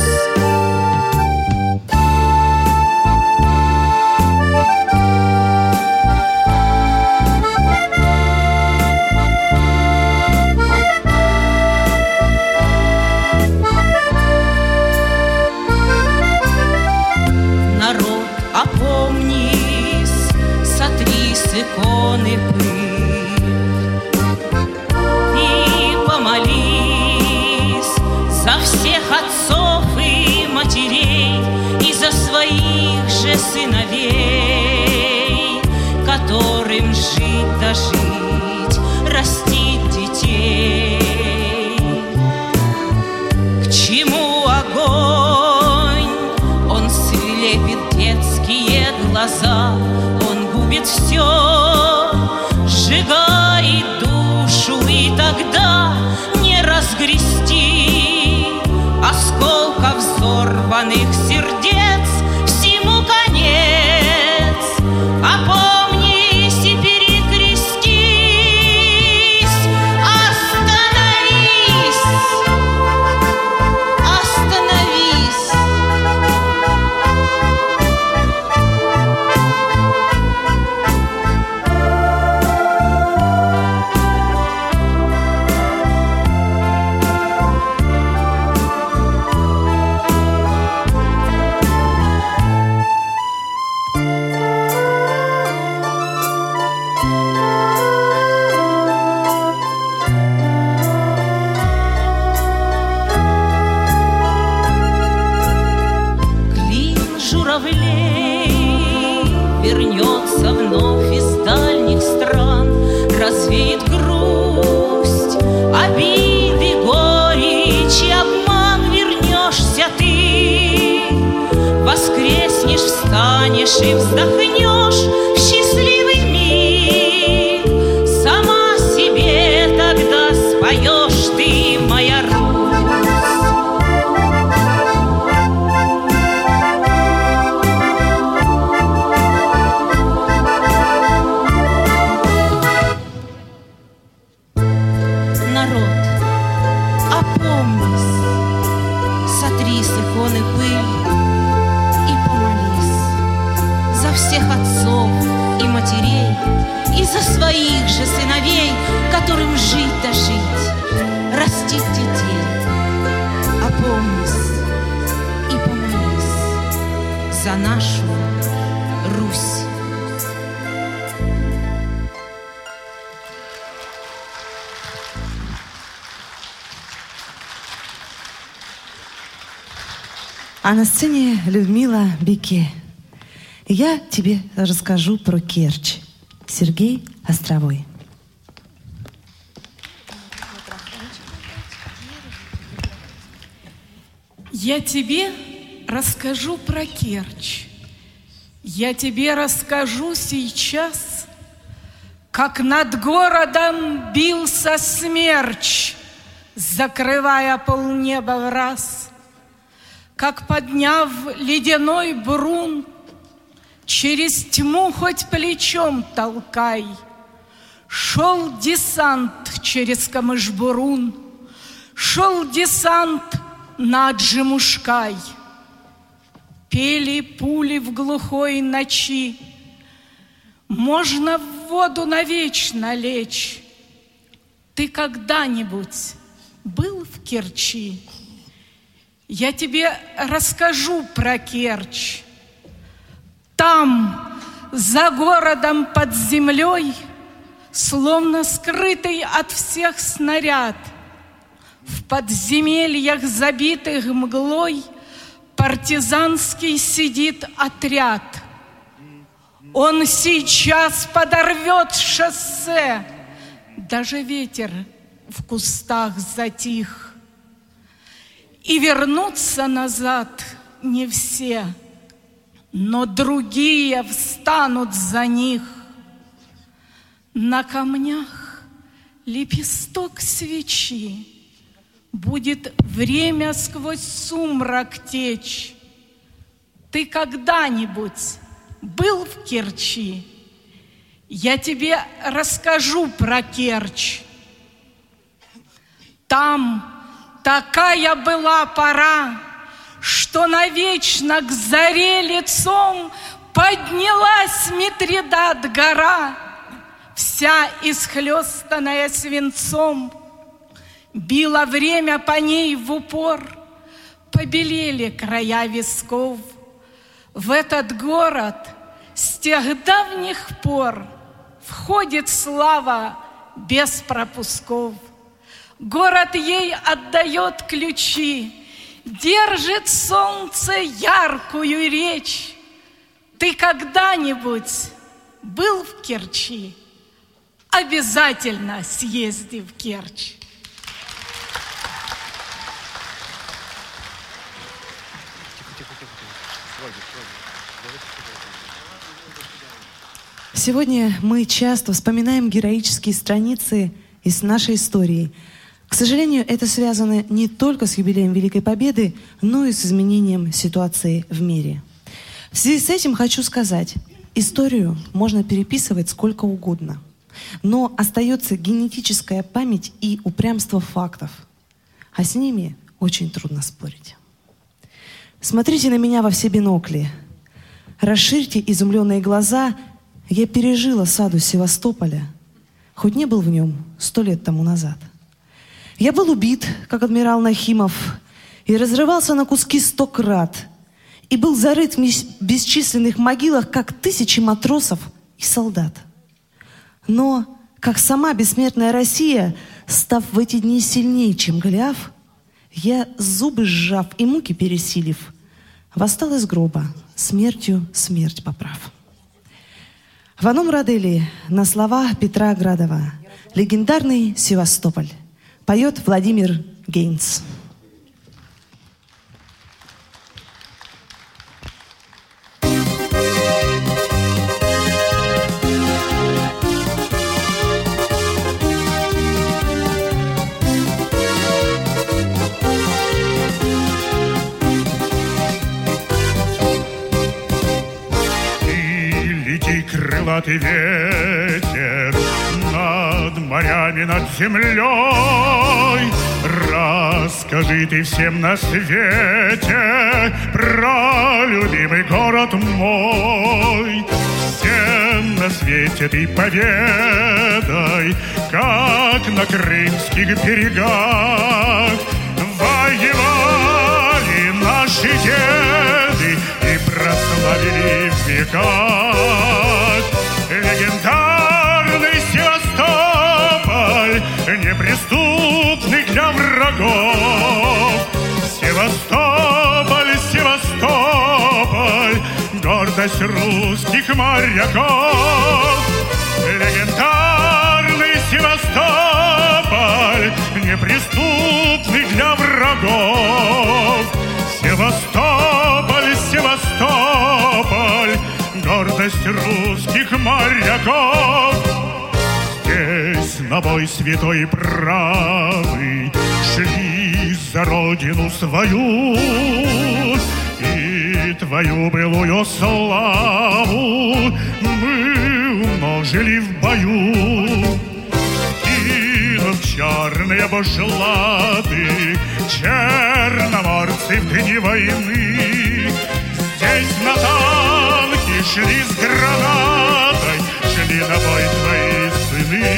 [SPEAKER 9] Опомнись, сотри с иконы пыль и помолись за всех отцов и матерей и за своих же сыновей, которым жить да жить, растить детей. К чему огонь? Он слепит детские глаза, он губит все, сжигает душу, и тогда не разгрести осколков взорванных сердец. Всему конец. Опомнись и перекрестись. Остановись, остановись. Вернется вновь из дальних стран, развеет грусть, обиды, горечь и обман. Вернешься ты, воскреснешь, встанешь и вздохнешь в счастливый миг. Сама себе тогда споешь ты, моя Русь.
[SPEAKER 3] матерей и за своих же сыновей, которым жить да жить, растить детей. Опомнись и помолись за нашу Русь.
[SPEAKER 7] А на сцене Людмила Бике. Я тебе расскажу про Керчь. Сергей Островой.
[SPEAKER 22] Я тебе расскажу про Керчь. Я тебе расскажу сейчас, как над городом бился смерч, закрывая полнеба в раз, как, подняв ледяной брун, через тьму хоть плечом толкай, шел десант через Камыш-Бурун, шел десант на Аджимушкай. Пели пули в глухой ночи, можно в воду навечно лечь. Ты когда-нибудь был в Керчи? Я тебе расскажу про Керчь. Там, за городом под землей, словно скрытый от всех снаряд, в подземельях, забитых мглой, партизанский сидит отряд. Он сейчас подорвет шоссе, даже ветер в кустах затих. И вернуться назад не все, но другие встанут за них. На камнях лепесток свечи, будет время сквозь сумрак течь. Ты когда-нибудь был в Керчи? Я тебе расскажу про Керчь. Там такая была пора, что навечно к заре лицом поднялась Митридат гора, вся исхлёстанная свинцом. Било время по ней в упор, побелели края висков. В этот город с тех давних пор входит слава без пропусков. Город ей отдает ключи, держит солнце яркую речь. Ты когда-нибудь был в Керчи? Обязательно съезди в Керчь.
[SPEAKER 7] Сегодня мы часто вспоминаем героические страницы из нашей истории. К сожалению, это связано не только с юбилеем Великой Победы, но и с изменением ситуации в мире. В связи с этим хочу сказать, историю можно переписывать сколько угодно, но остается генетическая память и упрямство фактов, а с ними очень трудно спорить. Смотрите на меня во все бинокли, расширьте изумленные глаза. Я пережила осаду Севастополя, хоть не был в нем сто лет тому назад. Я был убит, как адмирал Нахимов, и разрывался на куски сто крат, и был зарыт в бесчисленных могилах, как тысячи матросов и солдат. Но, как сама бессмертная Россия, став в эти дни сильнее, чем Голиаф, я, зубы сжав и муки пересилив, восстал из гроба, смертью смерть поправ. В оном Радели на слова Петра Градова легендарный Севастополь поет Владимир Гейнц.
[SPEAKER 10] Крылатый ветер над морями, над землей, расскажи ты всем на свете про любимый город мой. Всем на свете ты поведай, как на крымских берегах воевали наши деды и прославили в веках. Легендарный Севастополь, неприступный для врагов. Севастополь, Севастополь, гордость русских моряков. Легендарный Севастополь, неприступный для врагов. Севастополь, Севастополь, гордость русских моряков. Здесь на бой святой и правый шли за родину свою и твою былую славу мы умножили в бою. Кинув черные башлаты черноморцы в дни войны, здесь на танке шли с гранатой, шли на бой твои сыны.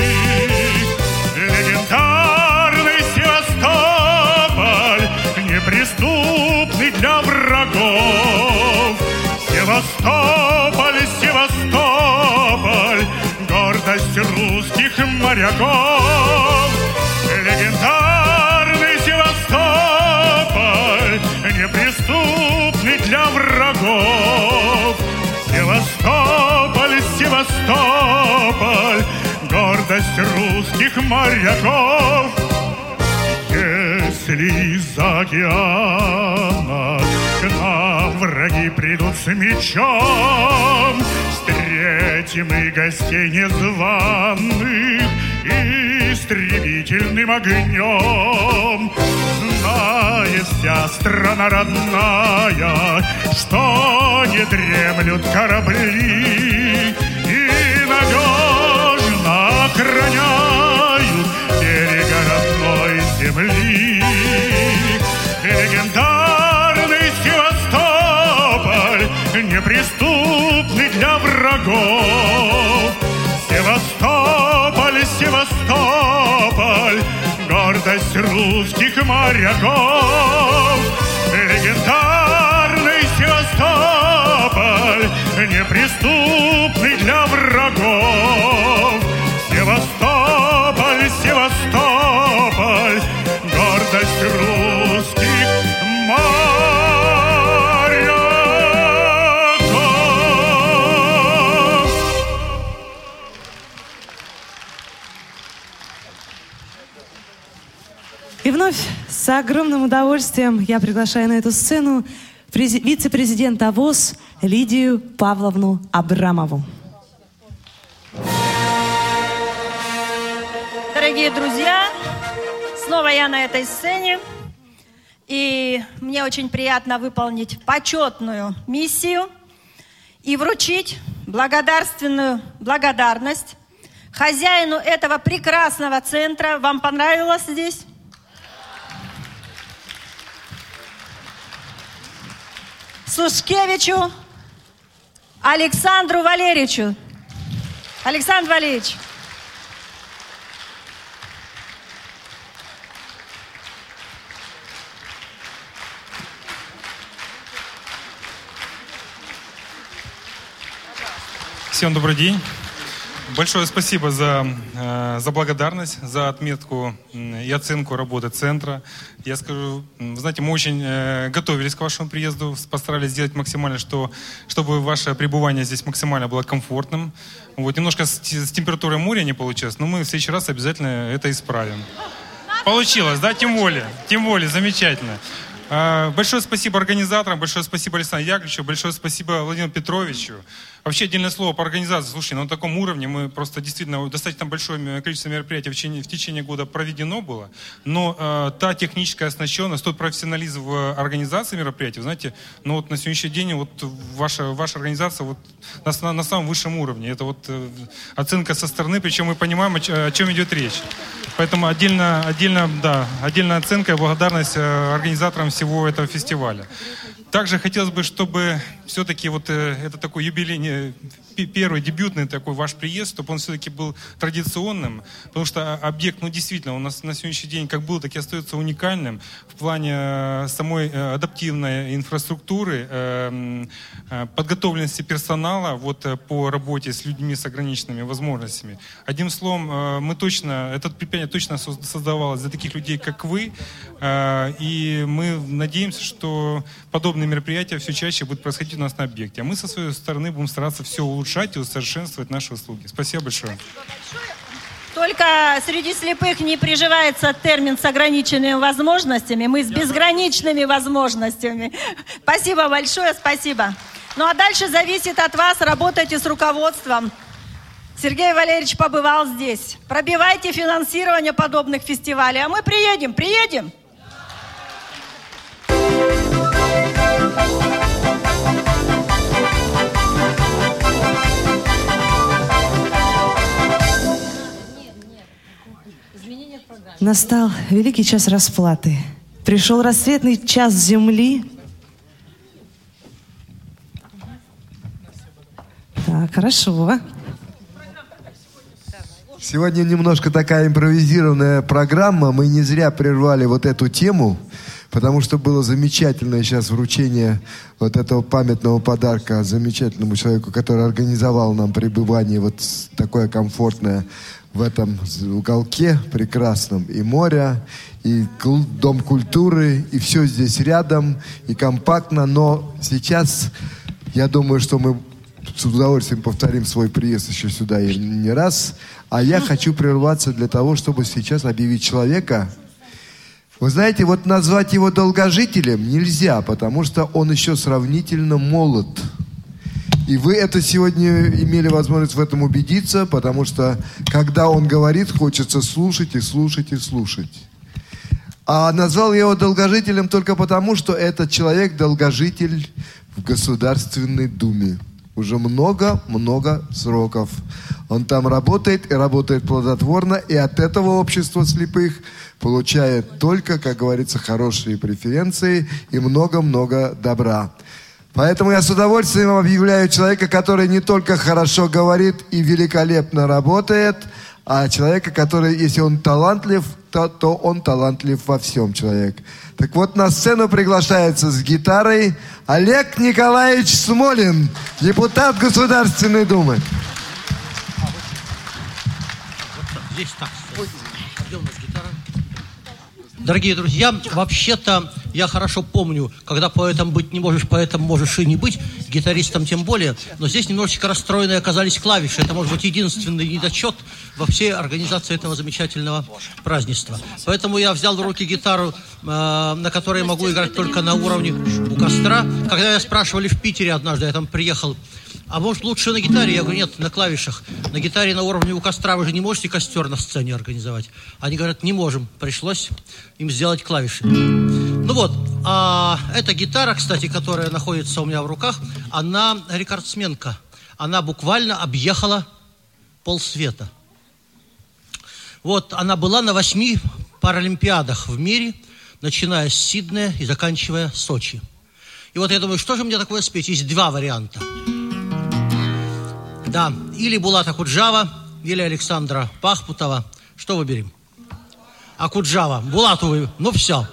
[SPEAKER 10] Легендарный Севастополь, неприступный для врагов. Севастополь, Севастополь, гордость русских моряков. Легендарный Севастополь, неприступный для врагов. Севастополь, Севастополь, гордость русских моряков. Если из-за океана к нам враги придут с мечом, встретим и гостей незваных истребительным огнем. Знает вся страна родная, что не дремлют корабли и надежно охраняют берега родной земли. Легендарный Севастополь, неприступный для врагов. Севастополь, Севастополь, гордость русских моряков. Легендарный Севастополь, неприступный для врагов. Севастополь, Севастополь, гордость русских моряков.
[SPEAKER 7] И вновь с огромным удовольствием я приглашаю на эту сцену прези- вице-президента ВОС Лидию Павловну Абрамову.
[SPEAKER 2] Дорогие друзья, снова я на этой сцене. И мне очень приятно выполнить почетную миссию и вручить благодарственную благодарность хозяину этого прекрасного центра. Вам понравилось здесь? Сушкевичу Александру Валерьевичу. Александр Валерьевич.
[SPEAKER 4] Всем добрый день. Большое спасибо за, э, за благодарность, за отметку и оценку работы центра. Я скажу, вы знаете, мы очень э, готовились к вашему приезду, постарались сделать максимально, что, чтобы ваше пребывание здесь максимально было комфортным. Вот, немножко с, с температурой моря не получилось, но мы в следующий раз обязательно это исправим. Получилось, да? Тем более, тем более, замечательно. Большое спасибо организаторам, большое спасибо Александру Яковлевичу, большое спасибо Владимиру Петровичу. Вообще отдельное слово по организации. Слушай, на таком уровне мы просто действительно достаточно большое количество мероприятий в течение, в течение года проведено было, но э, та техническая оснащенность, тот профессионализм в организации мероприятий, знаете, ну вот на сегодняшний день вот ваша, ваша организация вот на, на самом высшем уровне. Это вот э, оценка со стороны, причем мы понимаем, о, о чем идет речь. Поэтому отдельно, отдельно, да, отдельная оценка и благодарность э, организаторам всего этого фестиваля. Также хотелось бы, чтобы все-таки вот э, это такой юбилейный, первый дебютный такой ваш приезд, чтобы он все-таки был традиционным, потому что объект, ну действительно, у нас на сегодняшний день как был, так и остается уникальным в плане э, самой э, адаптивной инфраструктуры, э, э, подготовленности персонала вот, э, по работе с людьми с ограниченными возможностями. Одним словом, э, мы точно, это предприятие точно создавалось для таких людей, как вы, э, и мы надеемся, что подобные мероприятия все чаще будут происходить у нас на объекте. А мы со своей стороны будем стараться все улучшать и усовершенствовать наши услуги. Спасибо большое.
[SPEAKER 2] Только среди слепых не приживается термин с ограниченными возможностями. Мы с безграничными возможностями. Спасибо большое, спасибо. Ну а дальше зависит от вас, работайте с руководством. Сергей Валерьевич побывал здесь. Пробивайте финансирование подобных фестивалей. А мы приедем, приедем.
[SPEAKER 7] Настал великий час расплаты. Пришел рассветный час земли. Так, хорошо.
[SPEAKER 21] Сегодня немножко такая импровизированная программа. Мы не зря прервали вот эту тему, потому что было замечательное сейчас вручение вот этого памятного подарка замечательному человеку, который организовал нам пребывание вот такое комфортное в этом уголке прекрасном. И море, и дом культуры, и все здесь рядом, и компактно. Но сейчас, я думаю, что мы с удовольствием повторим свой приезд еще сюда и не раз. А я хочу прерваться для того, чтобы сейчас объявить человека. Вы знаете, вот назвать его долгожителем нельзя, потому что он еще сравнительно молод. И вы это сегодня имели возможность в этом убедиться, потому что, когда он говорит, хочется слушать и слушать и слушать. А назвал я его долгожителем только потому, что этот человек долгожитель в Государственной Думе. Уже много-много сроков. Он там работает и работает плодотворно, и от этого общество слепых получает только, как говорится, хорошие преференции и много-много добра. Поэтому я с удовольствием объявляю человека, который не только хорошо говорит и великолепно работает, а человека, который, если он талантлив, то, то он талантлив во всем человек. Так вот, на сцену приглашается с гитарой Олег Николаевич Смолин, депутат Государственной Думы.
[SPEAKER 5] Здесь так. Где у нас гитара? Дорогие друзья, вообще-то я хорошо помню, когда поэтом быть не можешь, поэтом можешь и не быть, гитаристом тем более, но здесь немножечко расстроенные оказались клавиши. Это, может быть, единственный недочет во всей организации этого замечательного празднества. Поэтому я взял в руки гитару, э, на которой я могу играть только на уровне у костра. Когда меня спрашивали в Питере однажды, я там приехал, а может лучше на гитаре? Я говорю, нет, на клавишах. На гитаре на уровне у костра вы же не можете костер на сцене организовать. Они говорят, не можем. Пришлось им сделать клавиши. Ну вот, а эта гитара, кстати, которая находится у меня в руках, она рекордсменка. Она буквально объехала полсвета. Вот, она была на восьми паралимпиадах в мире, начиная с Сиднея и заканчивая Сочи. И вот я думаю, что же мне такое спеть? Есть два варианта. Да, или Булата Куджава, или Александра Пахпутова. Что выберем? А Куджава, Булату вы, ну все.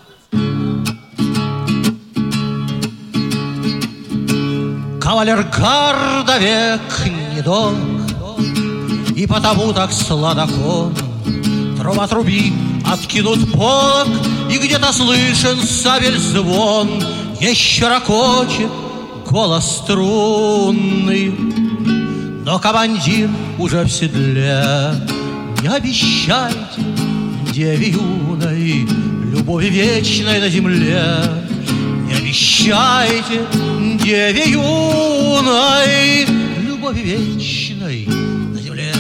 [SPEAKER 5] Кавалер гордовек недолг, и потому так сладок он. Труба труби, откинут полог, и где-то слышен сабель звон. Еще ракочет голос струнный, но командир уже в седле. Не обещайте деве юной любови вечной на земле. Не обещайте деве юной любови вечной на земле.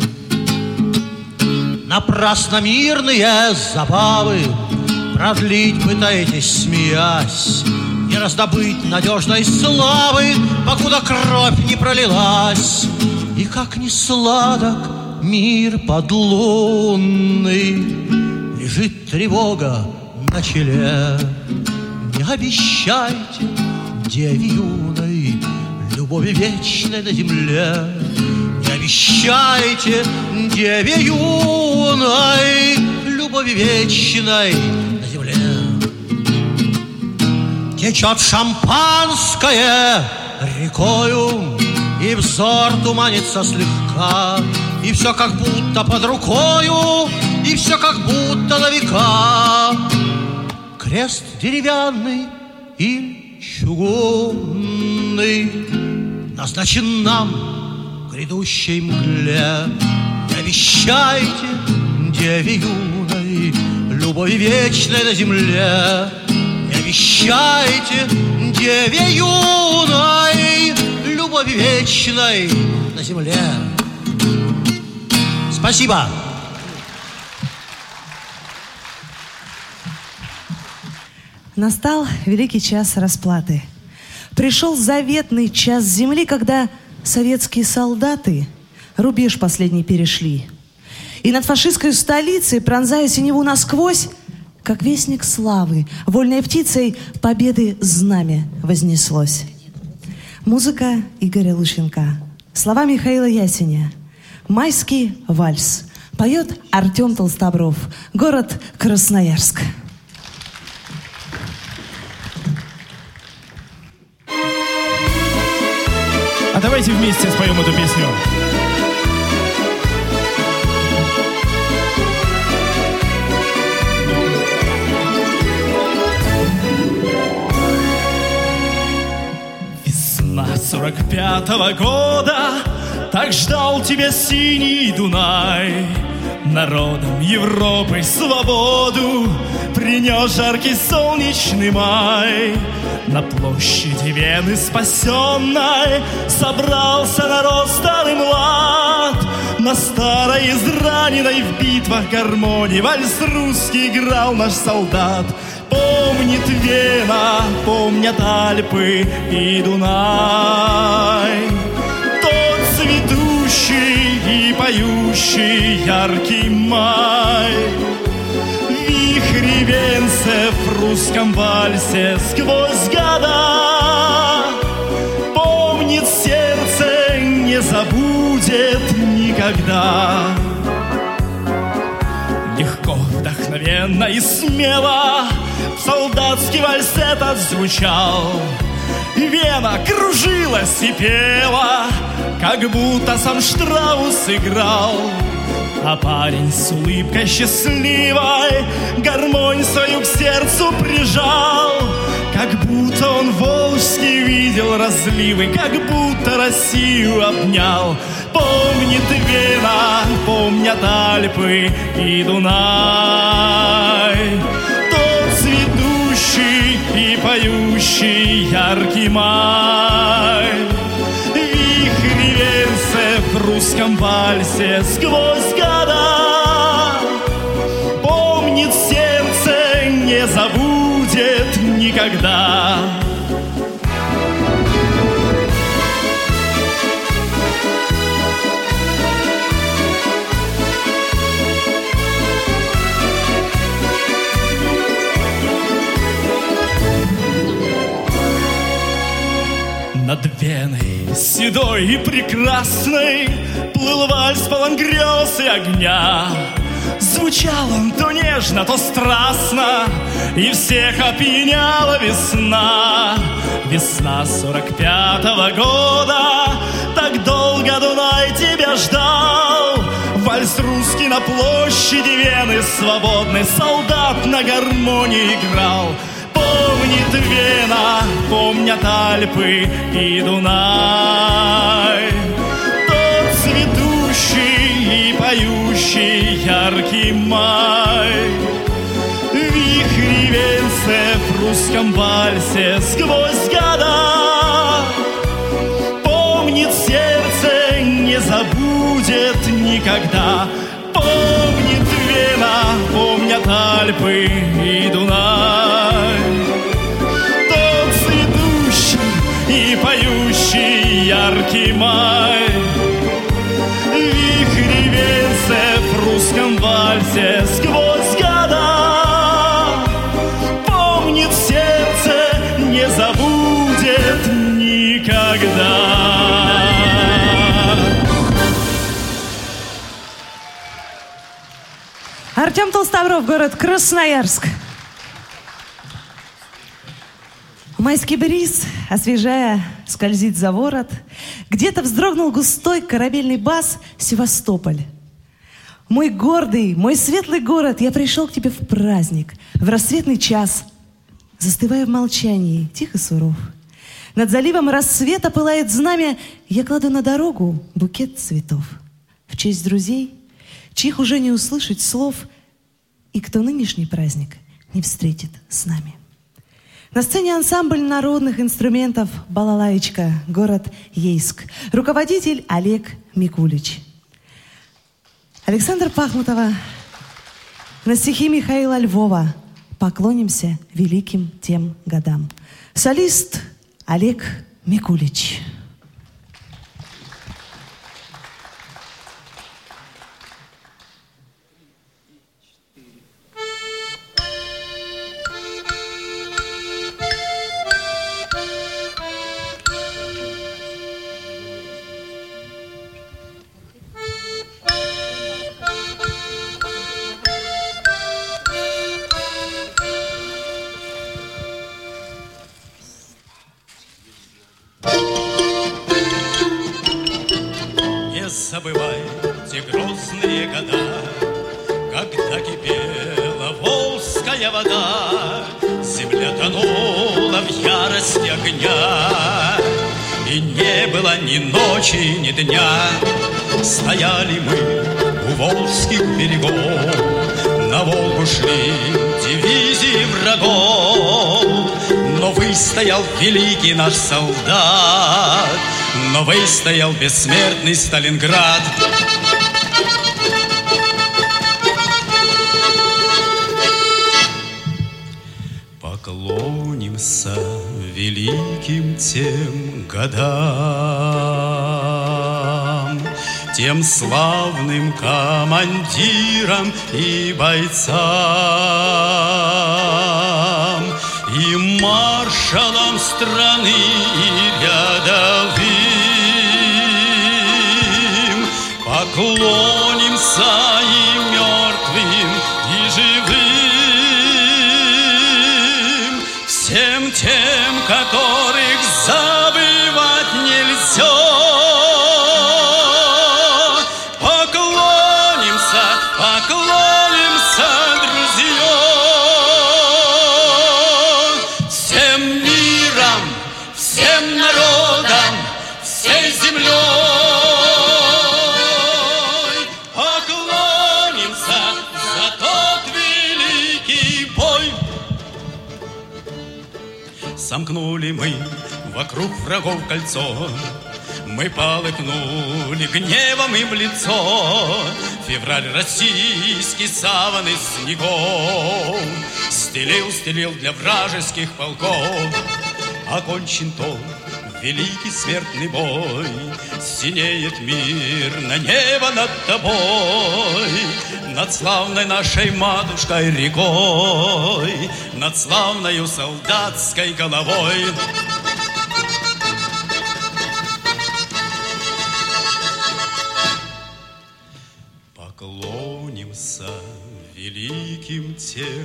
[SPEAKER 5] Напрасно мирные забавы продлить пытаетесь, смеясь. Не раздобыть надежной славы, покуда кровь не пролилась. И как ни сладок мир подлунный, лежит тревога на челе. Не обещайте деве юной, любови вечной на земле. Не обещайте деве юной любови вечной на земле. Течет шампанское рекою, и взор туманится слегка, и все как будто под рукою, и все как будто на века. Крест деревянный и чугунный назначен нам грядущей мгле. Не обещайте деве юной любови вечной на земле. Не обещайте деве юной любови вечной на земле. Спасибо.
[SPEAKER 7] Настал великий час расплаты. Пришел заветный час земли, когда советские солдаты рубеж последний перешли. И над фашистской столицей, пронзая синеву насквозь, как вестник славы, вольной птицей победы знамя вознеслось. Музыка Игоря Лущенко. Слова Михаила Ясеня. «Майский вальс». Поет Артем Толстобров. Город Красноярск.
[SPEAKER 6] А давайте вместе споем эту песню. Весна сорок пятого года, так ждал тебя синий Дунай. Народом Европы свободу принес жаркий солнечный май. На площади Вены спасенной собрался народ старый млад. На старой израненной в битвах гармонии вальс русский играл наш солдат. Помнит Вена, помнят Альпы и Дунай. Тот цветущий и поющий яркий май. Вихри венцев в русском вальсе сквозь года. Помнит сердце, не забудет никогда. Легко, вдохновенно и смело солдатский вальс этот звучал. Вена кружилась и пела, как будто сам Штраус играл. А парень с улыбкой счастливой гармонь свою к сердцу прижал. Как будто он волжский видел разливы, как будто Россию обнял. Помнит Вена, помнят Альпы и Дунай. Тот цветущий и поющий яркий май. Вихри венцев в русском вальсе сквозь года. Помнит сердце, не забудет никогда. Над Веной седой и прекрасной плыл вальс полон грез и огня. Звучал он то нежно, то страстно, и всех опьяняла весна. Весна сорок пятого года, так долго Дунай тебя ждал. Вальс русский на площади Вены свободный солдат на гармонии играл. Помнит Вена, помнят Альпы и Дунай. Тот цветущий и поющий яркий май. Вихри венцев в русском вальсе сквозь года. Помнит сердце, не забудет никогда. Помнит Вена, помнят Альпы и Дунай. Тот цветущий и поющий яркий май. Вихри венцев в русском вальсе сквозь года. Помнит сердце, не забудет
[SPEAKER 7] Артем Толстовров, город Красноярск. Майский бриз, освежая, скользит за ворот. Где-то вздрогнул густой корабельный бас Севастополь. Мой гордый, мой светлый город, я пришел к тебе в праздник, в рассветный час. Застывая в молчании, тихо суров. Над заливом рассвета пылает знамя, я кладу на дорогу букет цветов. В честь друзей, чьих уже не услышать слов, и кто нынешний праздник не встретит с нами. На сцене ансамбль народных инструментов «Балалаечка», город Ейск. Руководитель Олег Микулич. Александра Пахмутова на стихи Михаила Львова «Поклонимся великим тем годам». Солист Олег Микулич.
[SPEAKER 11] Забывайте грозные года, когда кипела волжская вода, земля тонула в ярости огня, и не было ни ночи, ни дня. Стояли мы у волжских берегов, на Волгу шли дивизии врагов, но выстоял великий наш солдат, но выстоял бессмертный Сталинград. Поклонимся великим тем годам, тем славным командирам и бойцам, и маршалам страны, и рядовым. Поклонимся и мертвым, и живым, всем тем, которых забывать нельзя. Поклонимся, поклонимся, друзья, всем миром, всем народам, всей землей. Сомкнули мы вокруг врагов кольцо, мы полыхнули гневом им в лицо. Февраль российский саван из снегов стелил, стелил для вражеских полков. Окончен тот великий смертный бой, синеет мир на небо над тобой, над славной нашей матушкой рекой, над славною солдатской головой. Поклонимся великим тем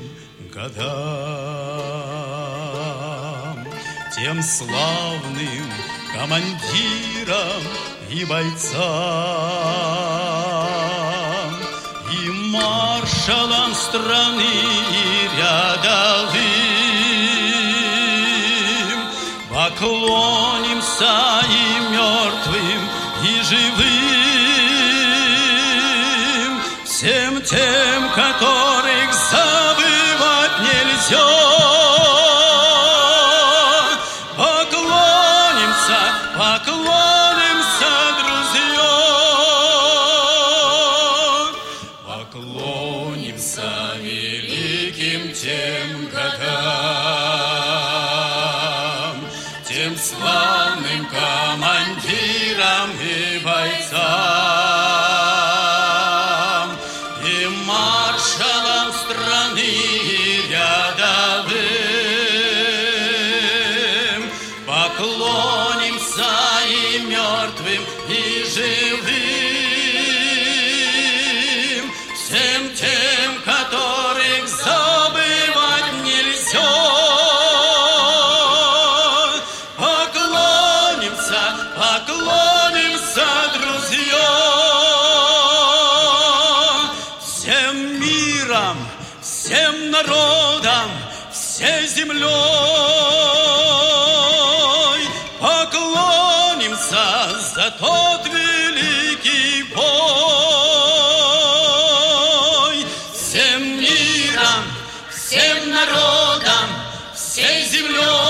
[SPEAKER 11] годам, тем славным командирам и бойцам, и маршалам страны, и рядовым. Поклонимся и мертвым, и живым, всем тем, которых забывать нельзя. Поклонимся, поклонимся, друзья, поклонимся великим тем годам, тем славным командирам и бойцам. и мертвым, и живым, всем тем, которых забывать нельзя. Поклонимся, поклонимся, друзья, всем миром, всем народам, всей землей. Поклонимся за тот великий бой. Всем миром, всем народам, всей землей.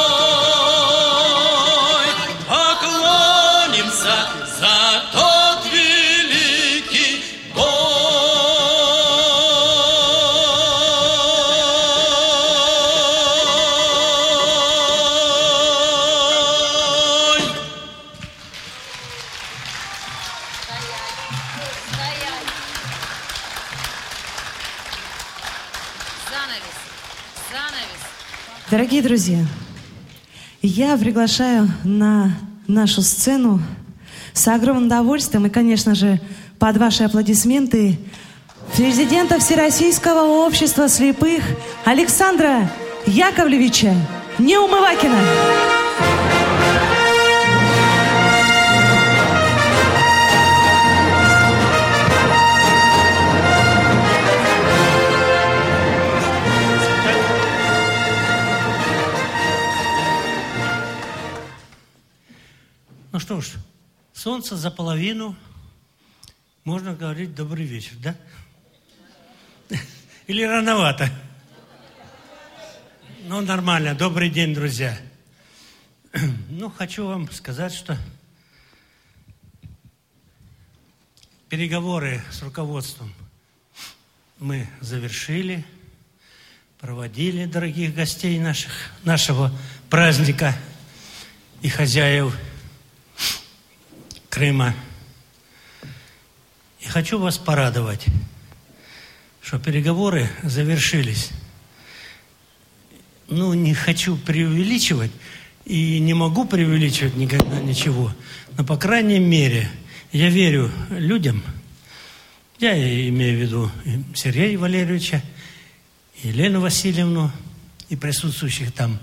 [SPEAKER 11] Поклонимся за тот великий бой.
[SPEAKER 14] Занавес. Занавес.
[SPEAKER 7] Дорогие друзья, я приглашаю на нашу сцену с огромным удовольствием и, конечно же, под ваши аплодисменты президента Всероссийского общества слепых Александра Яковлевича Неумывакина.
[SPEAKER 5] Ну что ж, солнце за половину, можно говорить добрый вечер, да? Или рановато? Ну, нормально. Добрый день, друзья. Ну, хочу вам сказать, что переговоры с руководством мы завершили, проводили дорогих гостей наших, нашего праздника и хозяев Крыма. И хочу вас порадовать, что переговоры завершились. Ну, не хочу преувеличивать и не могу преувеличивать никогда ничего, но, по крайней мере, я верю людям, я имею в виду Сергея Валерьевича, Елену Васильевну и присутствующих там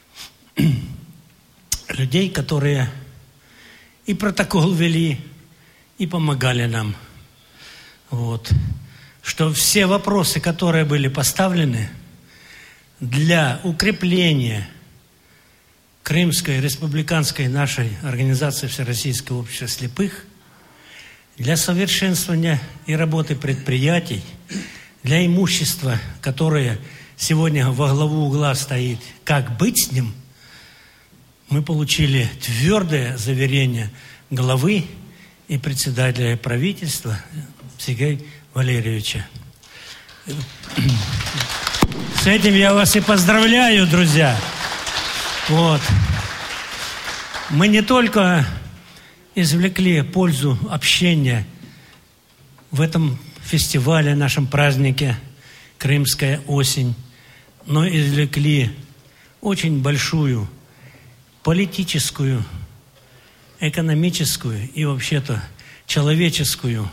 [SPEAKER 5] людей, которые и протокол вели, и помогали нам. Вот. Что все вопросы, которые были поставлены для укрепления Крымской республиканской нашей организации Всероссийского общества слепых, для совершенствования и работы предприятий, для имущества, которое сегодня во главу угла стоит, как быть с ним, мы получили твердое заверение главы и председателя правительства Сергея Валерьевича. С этим я вас и поздравляю, друзья. Вот. Мы не только извлекли пользу общения в этом фестивале, нашем празднике «Крымская осень», но извлекли очень большую политическую, экономическую и вообще-то человеческую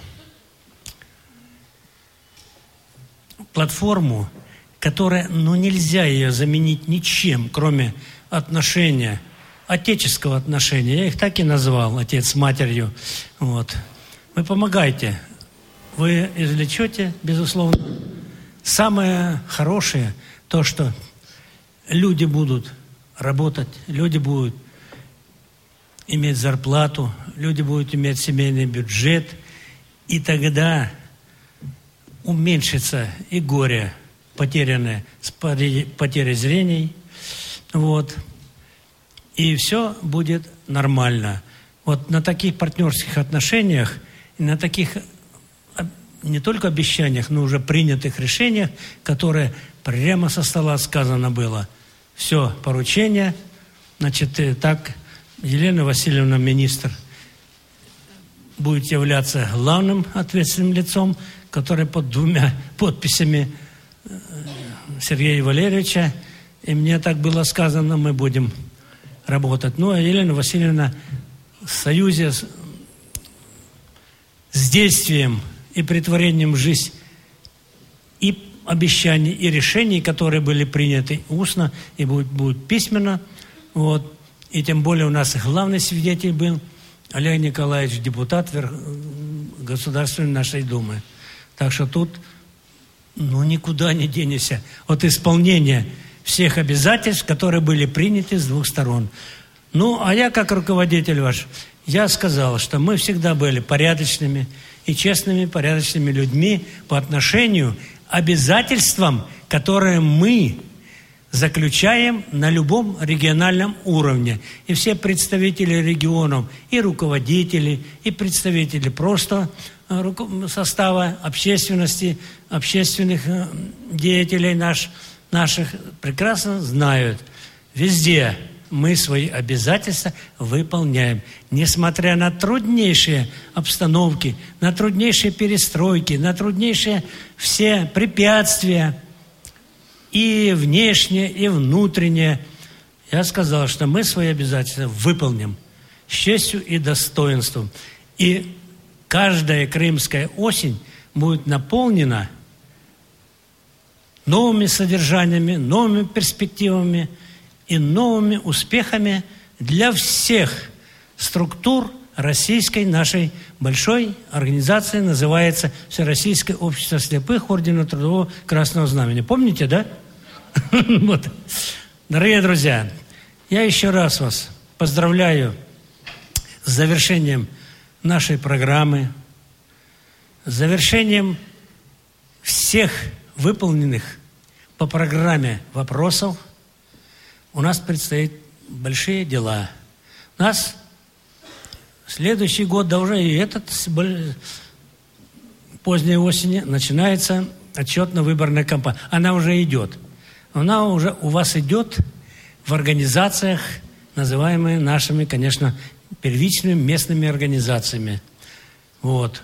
[SPEAKER 5] платформу, которая, ну, нельзя ее заменить ничем, кроме отношения, отеческого отношения. Я их так и назвал, отец с матерью. Вот. Вы помогаете, вы извлечете, безусловно, самое хорошее, то, что люди будут работать, люди будут иметь зарплату, люди будут иметь семейный бюджет, и тогда уменьшится и горе, потерянное с потерей зрения, вот, и все будет нормально. Вот на таких партнерских отношениях и на таких не только обещаниях, но уже принятых решениях, которые прямо со стола сказано было. Все, поручение, значит, так, Елена Васильевна, министр, будет являться главным ответственным лицом, который под двумя подписями Сергея Валерьевича, и мне так было сказано, мы будем работать. Ну, а Елена Васильевна
[SPEAKER 13] в союзе с, с действием и претворением в жизнь и обещаний, и решений, которые были приняты устно и будут, будут письменно. Вот. И тем более у нас главный свидетель был Олег Николаевич, депутат Верх... Государственной нашей Думы. Так что тут ну, никуда не денешься от исполнения всех обязательств, которые были приняты с двух сторон. Ну, а я как руководитель ваш, я сказал, что мы всегда были порядочными и честными, порядочными людьми по отношению к обязательствам, которые мы заключаем на любом региональном уровне. И все представители регионов, и руководители, и представители просто состава общественности, общественных деятелей наш, наших прекрасно знают. Везде мы свои обязательства выполняем. Несмотря на труднейшие обстановки, на труднейшие перестройки, на труднейшие все препятствия, и внешнее, и внутреннее. Я сказал, что мы свои обязательства выполним с честью и достоинством. И каждая крымская осень будет наполнена новыми содержаниями, новыми перспективами и новыми успехами для всех структур российской нашей большой организации, называется Всероссийское общество слепых Ордена Трудового Красного Знамени. Помните, да? Вот. Дорогие друзья, я еще раз вас поздравляю с завершением нашей программы, с завершением всех выполненных по программе вопросов. У нас предстоят большие дела. У нас следующий год, да уже и этот поздней осени начинается отчетно-выборная кампания. Она уже идет. Она уже у вас идет в организациях, называемые нашими, конечно, первичными местными организациями. Вот.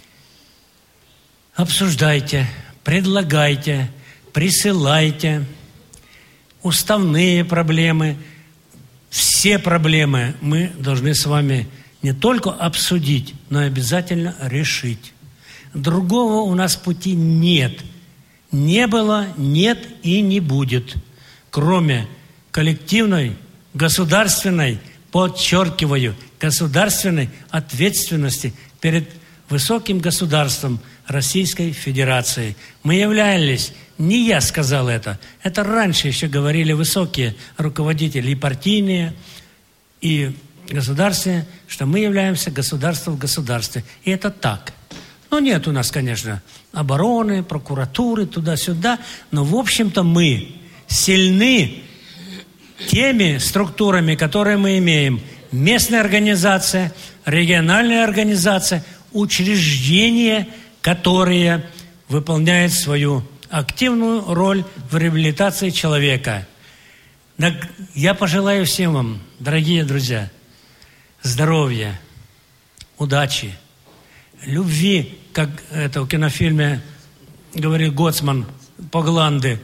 [SPEAKER 13] Обсуждайте, предлагайте, присылайте уставные проблемы. Все проблемы мы должны с вами не только обсудить, но и обязательно решить. Другого у нас пути нет. Не было, нет и не будет. Кроме коллективной, государственной, подчеркиваю, государственной ответственности перед высоким государством Российской Федерации. Мы являлись, не я сказал это, это раньше еще говорили высокие руководители, и партийные, и государственные, что мы являемся государством в государстве. И это так. Ну, нет у нас, конечно, обороны, прокуратуры, туда-сюда, но, в общем-то, мы сильны теми структурами, которые мы имеем. Местная организация, региональная организация, учреждения, которые выполняют свою активную роль в реабилитации человека. Я пожелаю всем вам, дорогие друзья, здоровья, удачи, любви, как это в кинофильме говорил Гоцман по Гланде.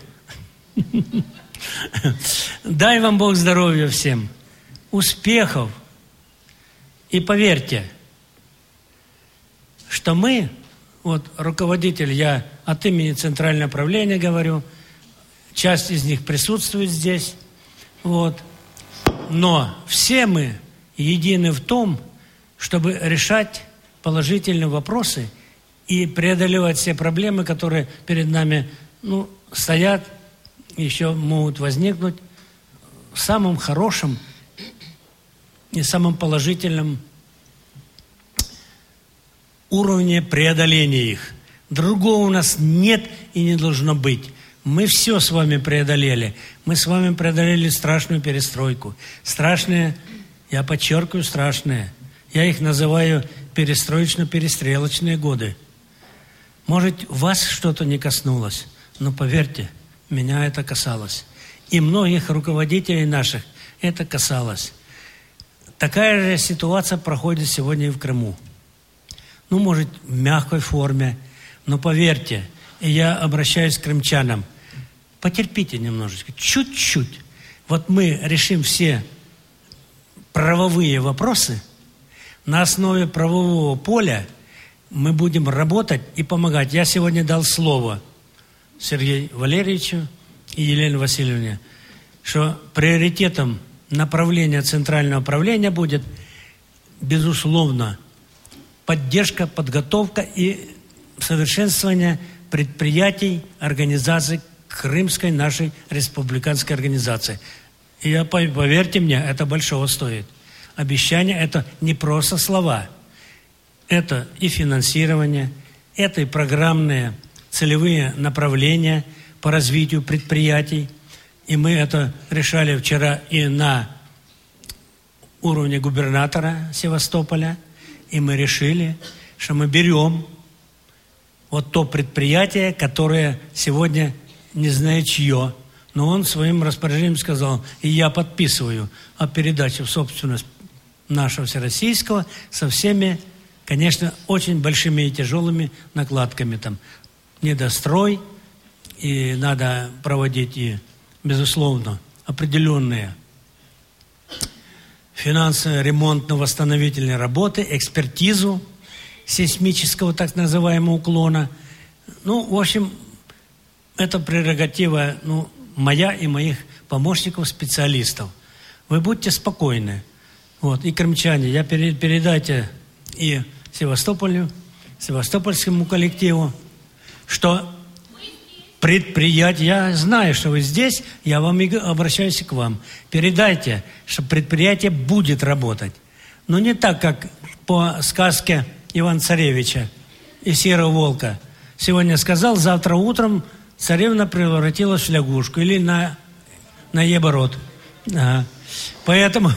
[SPEAKER 13] Дай вам Бог здоровья всем, успехов. И поверьте, что мы, вот руководитель, я от имени Центрального правления говорю, часть из них присутствует здесь, вот, но все мы едины в том, чтобы решать положительные вопросы и преодолевать все проблемы, которые перед нами ну, стоят, еще могут возникнуть в самом хорошем и самом положительном уровне преодоления их. Другого у нас нет и не должно быть. Мы все с вами преодолели. Мы с вами преодолели страшную перестройку. Страшные, я подчеркиваю, страшные. Я их называю перестроечно-перестрелочные годы. Может, вас что-то не коснулось, но поверьте, меня это касалось. И многих руководителей наших это касалось. Такая же ситуация проходит сегодня и в Крыму. Ну, может, в мягкой форме, но поверьте, и я обращаюсь к крымчанам, потерпите немножечко, чуть-чуть. Вот мы решим все правовые вопросы, На основе правового поля мы будем работать и помогать. Я сегодня дал слово Сергею Валерьевичу и Елене Васильевне, что приоритетом направления центрального правления будет, безусловно, поддержка, подготовка и совершенствование предприятий, организаций Крымской нашей республиканской организации. И я, поверьте мне, это большого стоит. Обещания – это не просто слова. Это и финансирование, это и программные целевые направления по развитию предприятий. И мы это решали вчера и на уровне губернатора Севастополя. И мы решили, что мы берем вот то предприятие, которое сегодня не знаю чье, но он своим распоряжением сказал, и я подписываю о передаче в собственность нашего всероссийского со всеми, конечно, очень большими и тяжелыми накладками. Там недострой, и надо проводить и, безусловно, определенные финансовые, ремонтно-восстановительные работы, экспертизу сейсмического так называемого уклона. Ну, в общем, это прерогатива, ну, моя и моих помощников, специалистов. Вы будьте спокойны. Вот, и крымчане, я перед, передайте и Севастополю, севастопольскому коллективу, что предприятие, я знаю, что вы здесь, я вам и обращаюсь к вам. Передайте, что предприятие будет работать. Но не так, как по сказке Ивана Царевича и Серого волка. Сегодня сказал, завтра утром царевна превратилась в лягушку или на, на еборот. Ага. Поэтому,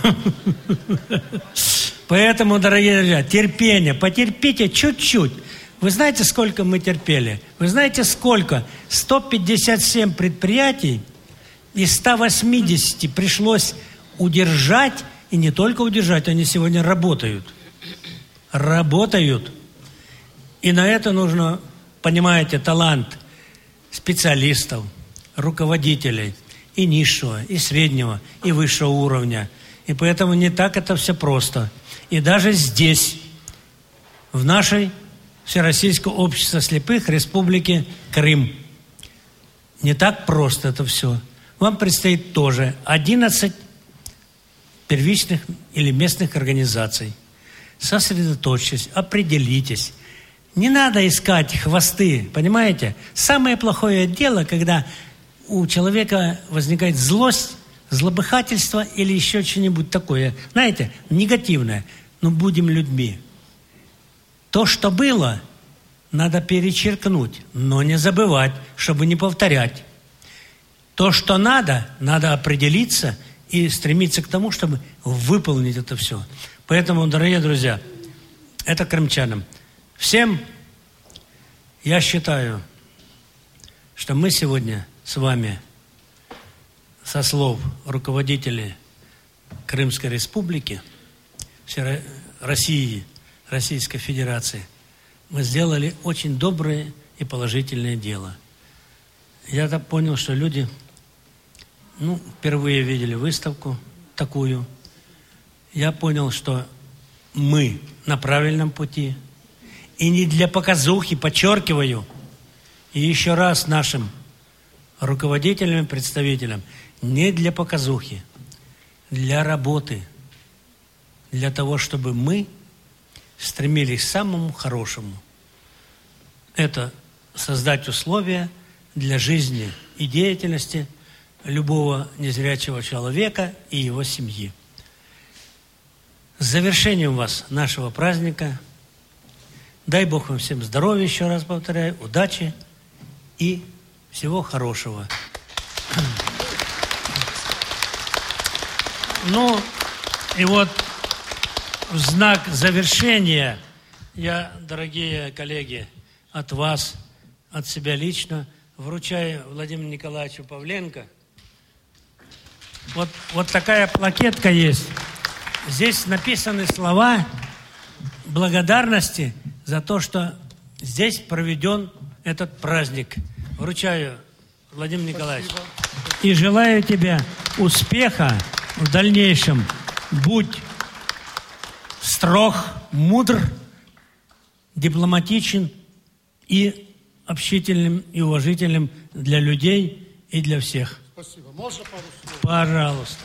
[SPEAKER 13] поэтому, дорогие друзья, терпение, потерпите чуть-чуть. Вы знаете, сколько мы терпели? Вы знаете, сколько? сто пятьдесят семь предприятий из ста восьмидесяти пришлось удержать, и не только удержать, они сегодня работают. Работают. И на это нужно, понимаете, талант специалистов, руководителей и низшего, и среднего, и высшего уровня. И поэтому не так это все просто. И даже здесь, в нашей Всероссийское общество слепых Республики Крым, не так просто это все. Вам предстоит тоже одиннадцать первичных или местных организаций. Сосредоточьтесь, определитесь. Не надо искать хвосты, понимаете? Самое плохое дело, когда у человека возникает злость, злобыхательство или еще что-нибудь такое. Знаете, негативное. Но будем людьми. То, что было, надо перечеркнуть, но не забывать, чтобы не повторять. То, что надо, надо определиться и стремиться к тому, чтобы выполнить это все. Поэтому, дорогие друзья, это крымчанам. Всем я считаю, что мы сегодня с вами, со слов руководителей Крымской Республики, всей России, Российской Федерации, мы сделали очень доброе и положительное дело. Я так понял, что люди, ну, впервые видели выставку такую. Я понял, что мы на правильном пути. И не для показухи, подчеркиваю, и еще раз нашим руководителям и представителям, не для показухи, для работы, для того, чтобы мы стремились к самому хорошему. Это создать условия для жизни и деятельности любого незрячего человека и его семьи. С завершением вас нашего праздника. Дай Бог вам всем здоровья, еще раз повторяю, удачи и всего хорошего. Ну, и вот в знак завершения я, дорогие коллеги, от вас, от себя лично, вручаю Владимиру Николаевичу Павленко. Вот, вот такая плакетка есть. Здесь написаны слова благодарности за то, что здесь проведен этот праздник. Вручаю, Владимир Николаевич. И желаю тебе успеха в дальнейшем. Будь строг, мудр, дипломатичен и общительным и уважительным для людей и для всех.
[SPEAKER 12] Спасибо. Можно пару слов?
[SPEAKER 13] Пожалуйста.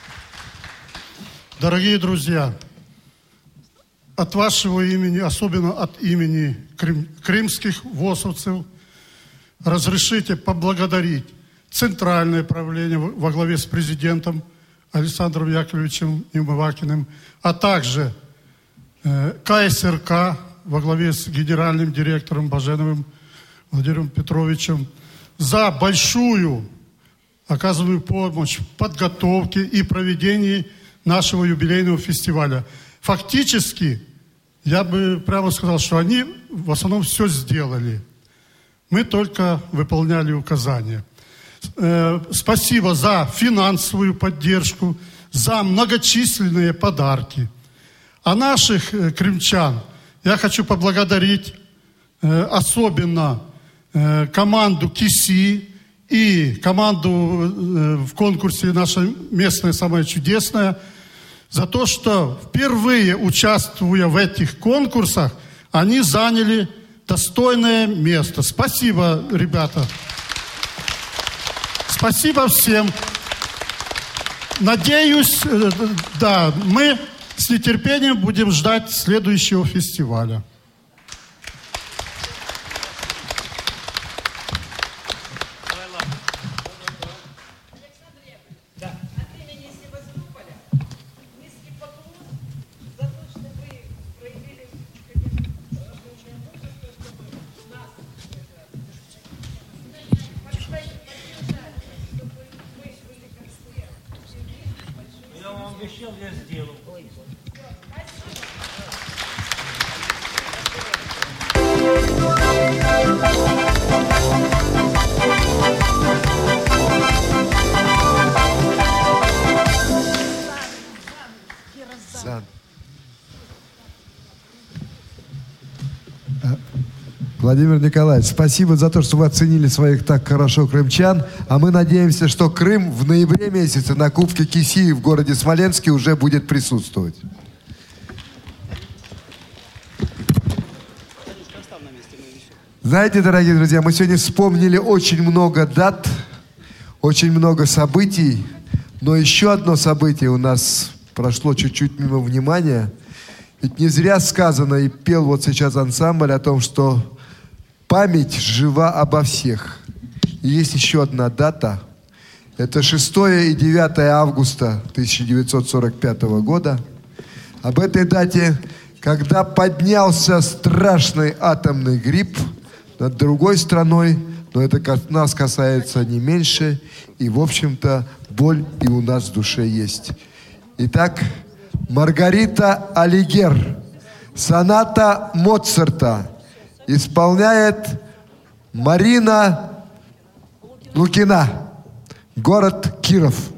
[SPEAKER 12] Дорогие друзья, от вашего имени, особенно от имени крым, крымских восовцев, разрешите поблагодарить Центральное правление во главе с президентом Александром Яковлевичем Неумывакиным, а также э, ка эс эр ка во главе с генеральным директором Баженовым Владимиром Петровичем за большую оказанную помощь в подготовке и проведении нашего юбилейного фестиваля. Фактически, я бы прямо сказал, что они в основном все сделали. Мы только выполняли указания. Э, спасибо за финансовую поддержку, за многочисленные подарки. А наших э, крымчан я хочу поблагодарить э, особенно э, команду КИСИ и команду э, в конкурсе «Наша местная самая чудесная» за то, что впервые участвуя в этих конкурсах, они заняли достойное место. Спасибо, ребята. Спасибо всем. Надеюсь, да, мы с нетерпением будем ждать следующего фестиваля.
[SPEAKER 13] Я сделал.
[SPEAKER 21] Зан. Владимир Николаевич, спасибо за то, что вы оценили своих так хорошо крымчан. А мы надеемся, что Крым в ноябре месяце на Кубке КИСИ в городе Смоленске уже будет присутствовать. Знаете, дорогие друзья, мы сегодня вспомнили очень много дат, очень много событий, но еще одно событие у нас прошло чуть-чуть мимо внимания. Ведь не зря сказано, и пел вот сейчас ансамбль о том, что память жива обо всех. И есть еще одна дата. Это шестое и девятое августа тысяча девятьсот сорок пятого года. Об этой дате, когда поднялся страшный атомный гриб над другой страной, но это нас касается не меньше, и, в общем-то, боль и у нас в душе есть. Итак, Маргарита Алигер, соната Моцарта, исполняет Марина Лукина, город Киров.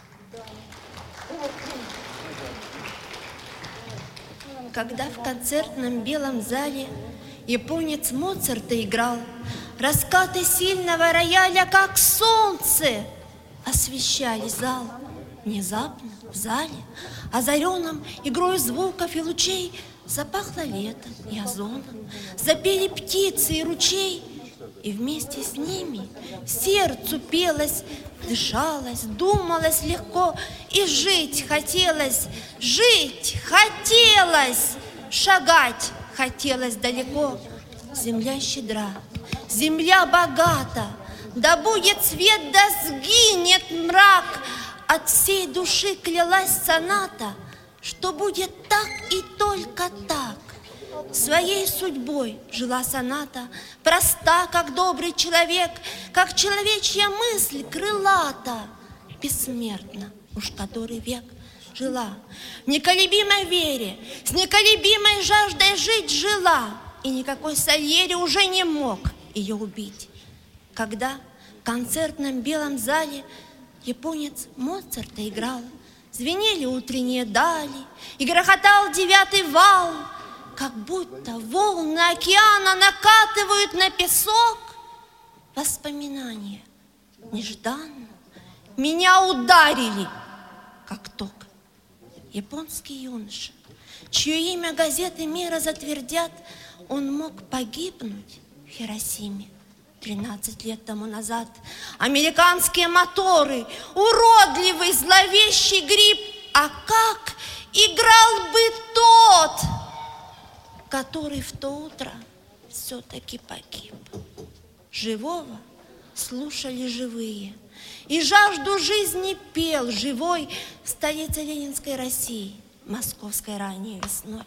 [SPEAKER 15] Когда в концертном белом зале японец Моцарта играл, раскаты сильного рояля, как солнце, освещали зал. Внезапно в зале, озаренном игрой звуков и лучей, запахло летом и озоном, запели птицы и ручей, и вместе с ними сердцу пелось, дышалось, думалось легко, и жить хотелось, жить хотелось, шагать хотелось далеко. Земля щедра, земля богата, да будет свет, да сгинет мрак. От всей души клялась соната, что будет так и только так. Своей судьбой жила соната, проста, как добрый человек, как человечья мысль крылата. Бессмертна, уж который век жила, в неколебимой вере, с неколебимой жаждой жить жила, и никакой Сальери уже не мог ее убить. Когда в концертном белом зале японец Моцарта играл, звенели утренние дали, и грохотал девятый вал, как будто волны океана накатывают на песок. Воспоминания нежданно меня ударили, как ток. Японский юноша, чье имя газеты мира затвердят, он мог погибнуть в Хиросиме тринадцать лет тому назад. Американские моторы, уродливый зловещий гриб, а как играл бы тот, который в то утро все-таки погиб. Живого слушали живые, и жажду жизни пел живой в столице Ленинской России, московской ранней весной,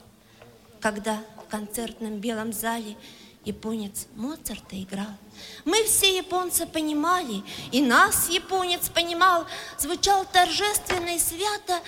[SPEAKER 15] когда в концертном белом зале японец Моцарта играл. Мы все японцы понимали, и нас японец понимал, звучал торжественно и свято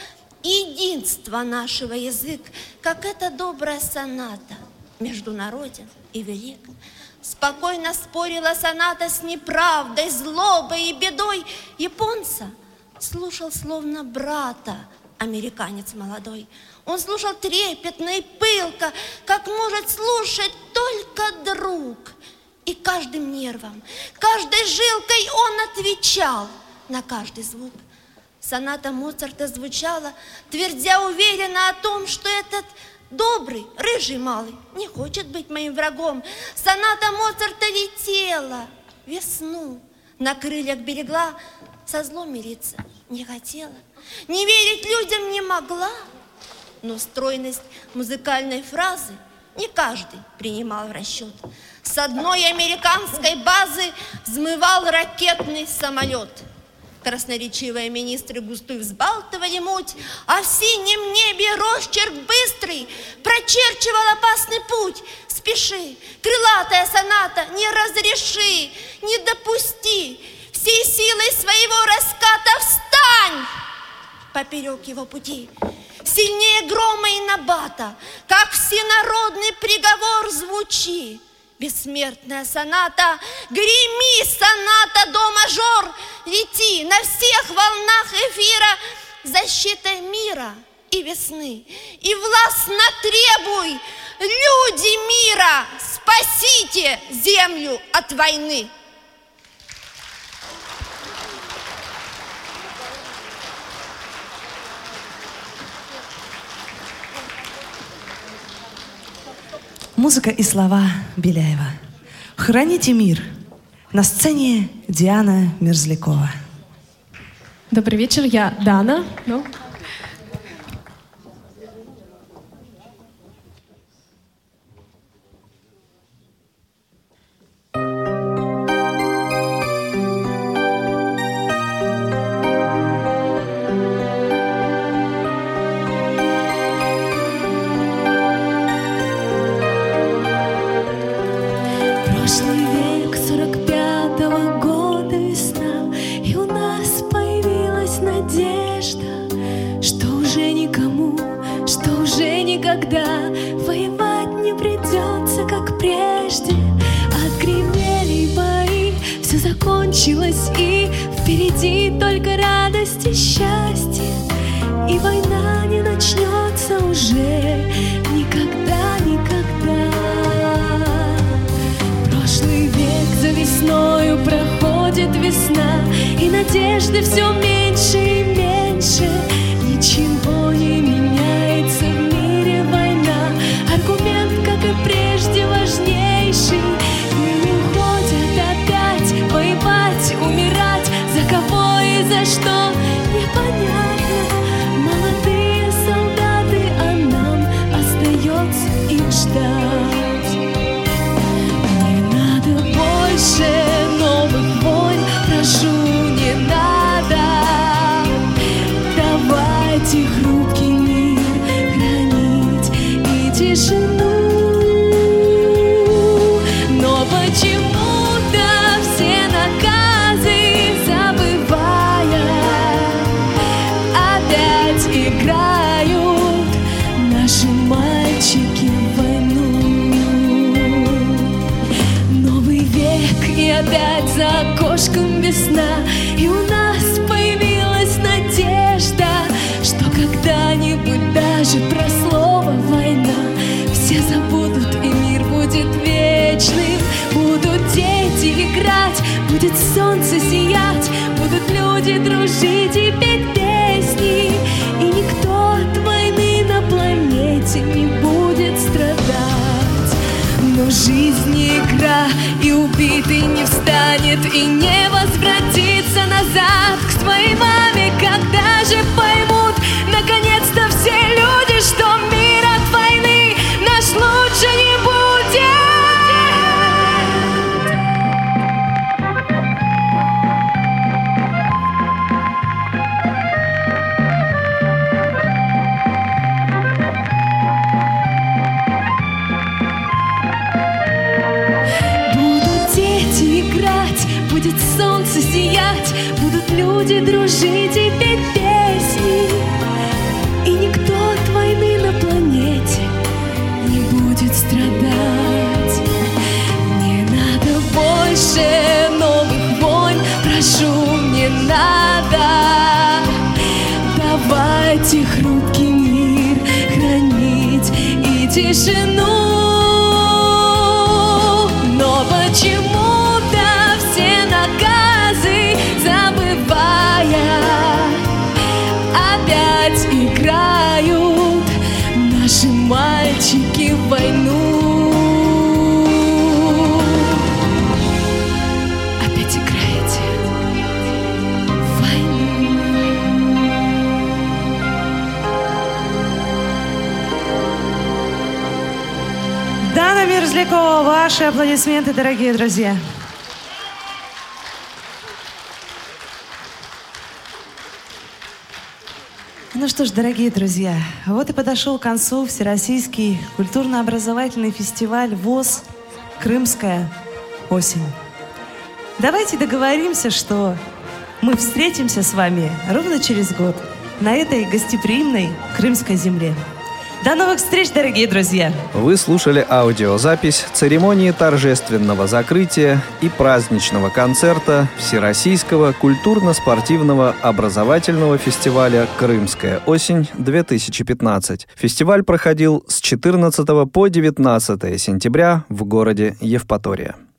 [SPEAKER 15] единство нашего язык, как эта добрая соната, международен и велик. Спокойно спорила соната с неправдой, злобой и бедой. Японца слушал словно брата американец молодой. Он слушал трепетно и пылко, как может слушать только друг. И каждым нервом, каждой жилкой он отвечал на каждый звук. Соната Моцарта звучала, твердя уверенно о том, что этот добрый, рыжий малый не хочет быть моим врагом. Соната Моцарта летела весну, на крыльях берегла, со злом мириться не хотела, не верить людям не могла. Но стройность музыкальной фразы не каждый принимал в расчет. С одной американской базы взмывал ракетный самолет. Красноречивые министры густую взбалтывали муть, а в синем небе росчерк быстрый прочерчивал опасный путь. Спеши, крылатая соната, не разреши, не допусти, всей силой своего раската встань поперек его пути. Сильнее грома и набата, как всенародный приговор звучи. Бессмертная соната, греми, соната до мажор, лети на всех волнах эфира защитой мира и весны. И властно требуй, люди мира, спасите землю от войны.
[SPEAKER 7] Музыка и слова Беляева. «Храните мир». На сцене Диана Мерзлякова.
[SPEAKER 16] Добрый вечер, я Дана. Ну.
[SPEAKER 19] И впереди только радость и счастье, и война не начнется уже никогда, никогда. Прошлый век за весною проходит весна, и надежды все меньше и меньше. Ничего не меняется в мире, война аргумент, как и прежде, важнейший. И уходят опять воевать, умирать, за кого и за что непонятно. Молодые солдаты, а нам остается их ждать. Не надо больше новых войн, прошу, не надо. Давайте хрупкий мир хранить и тишину. Но почему-то все наказы забывая, опять играют наши мальчики в войну. Новый век, и опять за окошком весна, и у нас появилась надежда, что когда-нибудь даже про слово война все забудут, и мир будет вечным. Будут дети играть, будет солнце сиять, будут люди дружить и петь песни, и никто от войны на планете не что жизнь не игра, и убитый не встанет и не возвратится назад к своей маме. Когда же поймут наконец-то все люди, что мир от войны наш лучше не будет? Будет солнце сиять, будут люди дружить и петь песни, и никто от войны на планете не будет страдать. Не надо больше новых войн, прошу, не надо. Давайте хрупкий мир хранить и тишину. Но почему-то все наказы забывая, опять играют наши мальчики в войну. Опять играете в войну.
[SPEAKER 7] Дана Мерзлякова, ваши аплодисменты, дорогие друзья. Ну что ж, дорогие друзья, вот и подошел к концу Всероссийский культурно-образовательный фестиваль ВОС «Крымская осень». Давайте договоримся, что мы встретимся с вами ровно через год на этой гостеприимной крымской земле. До новых встреч, дорогие друзья!
[SPEAKER 1] Вы слушали аудиозапись церемонии торжественного закрытия и праздничного концерта Всероссийского культурно-спортивного образовательного фестиваля «Крымская осень-две тысячи пятнадцать». Фестиваль проходил с четырнадцатого по девятнадцатое сентября в городе Евпатория.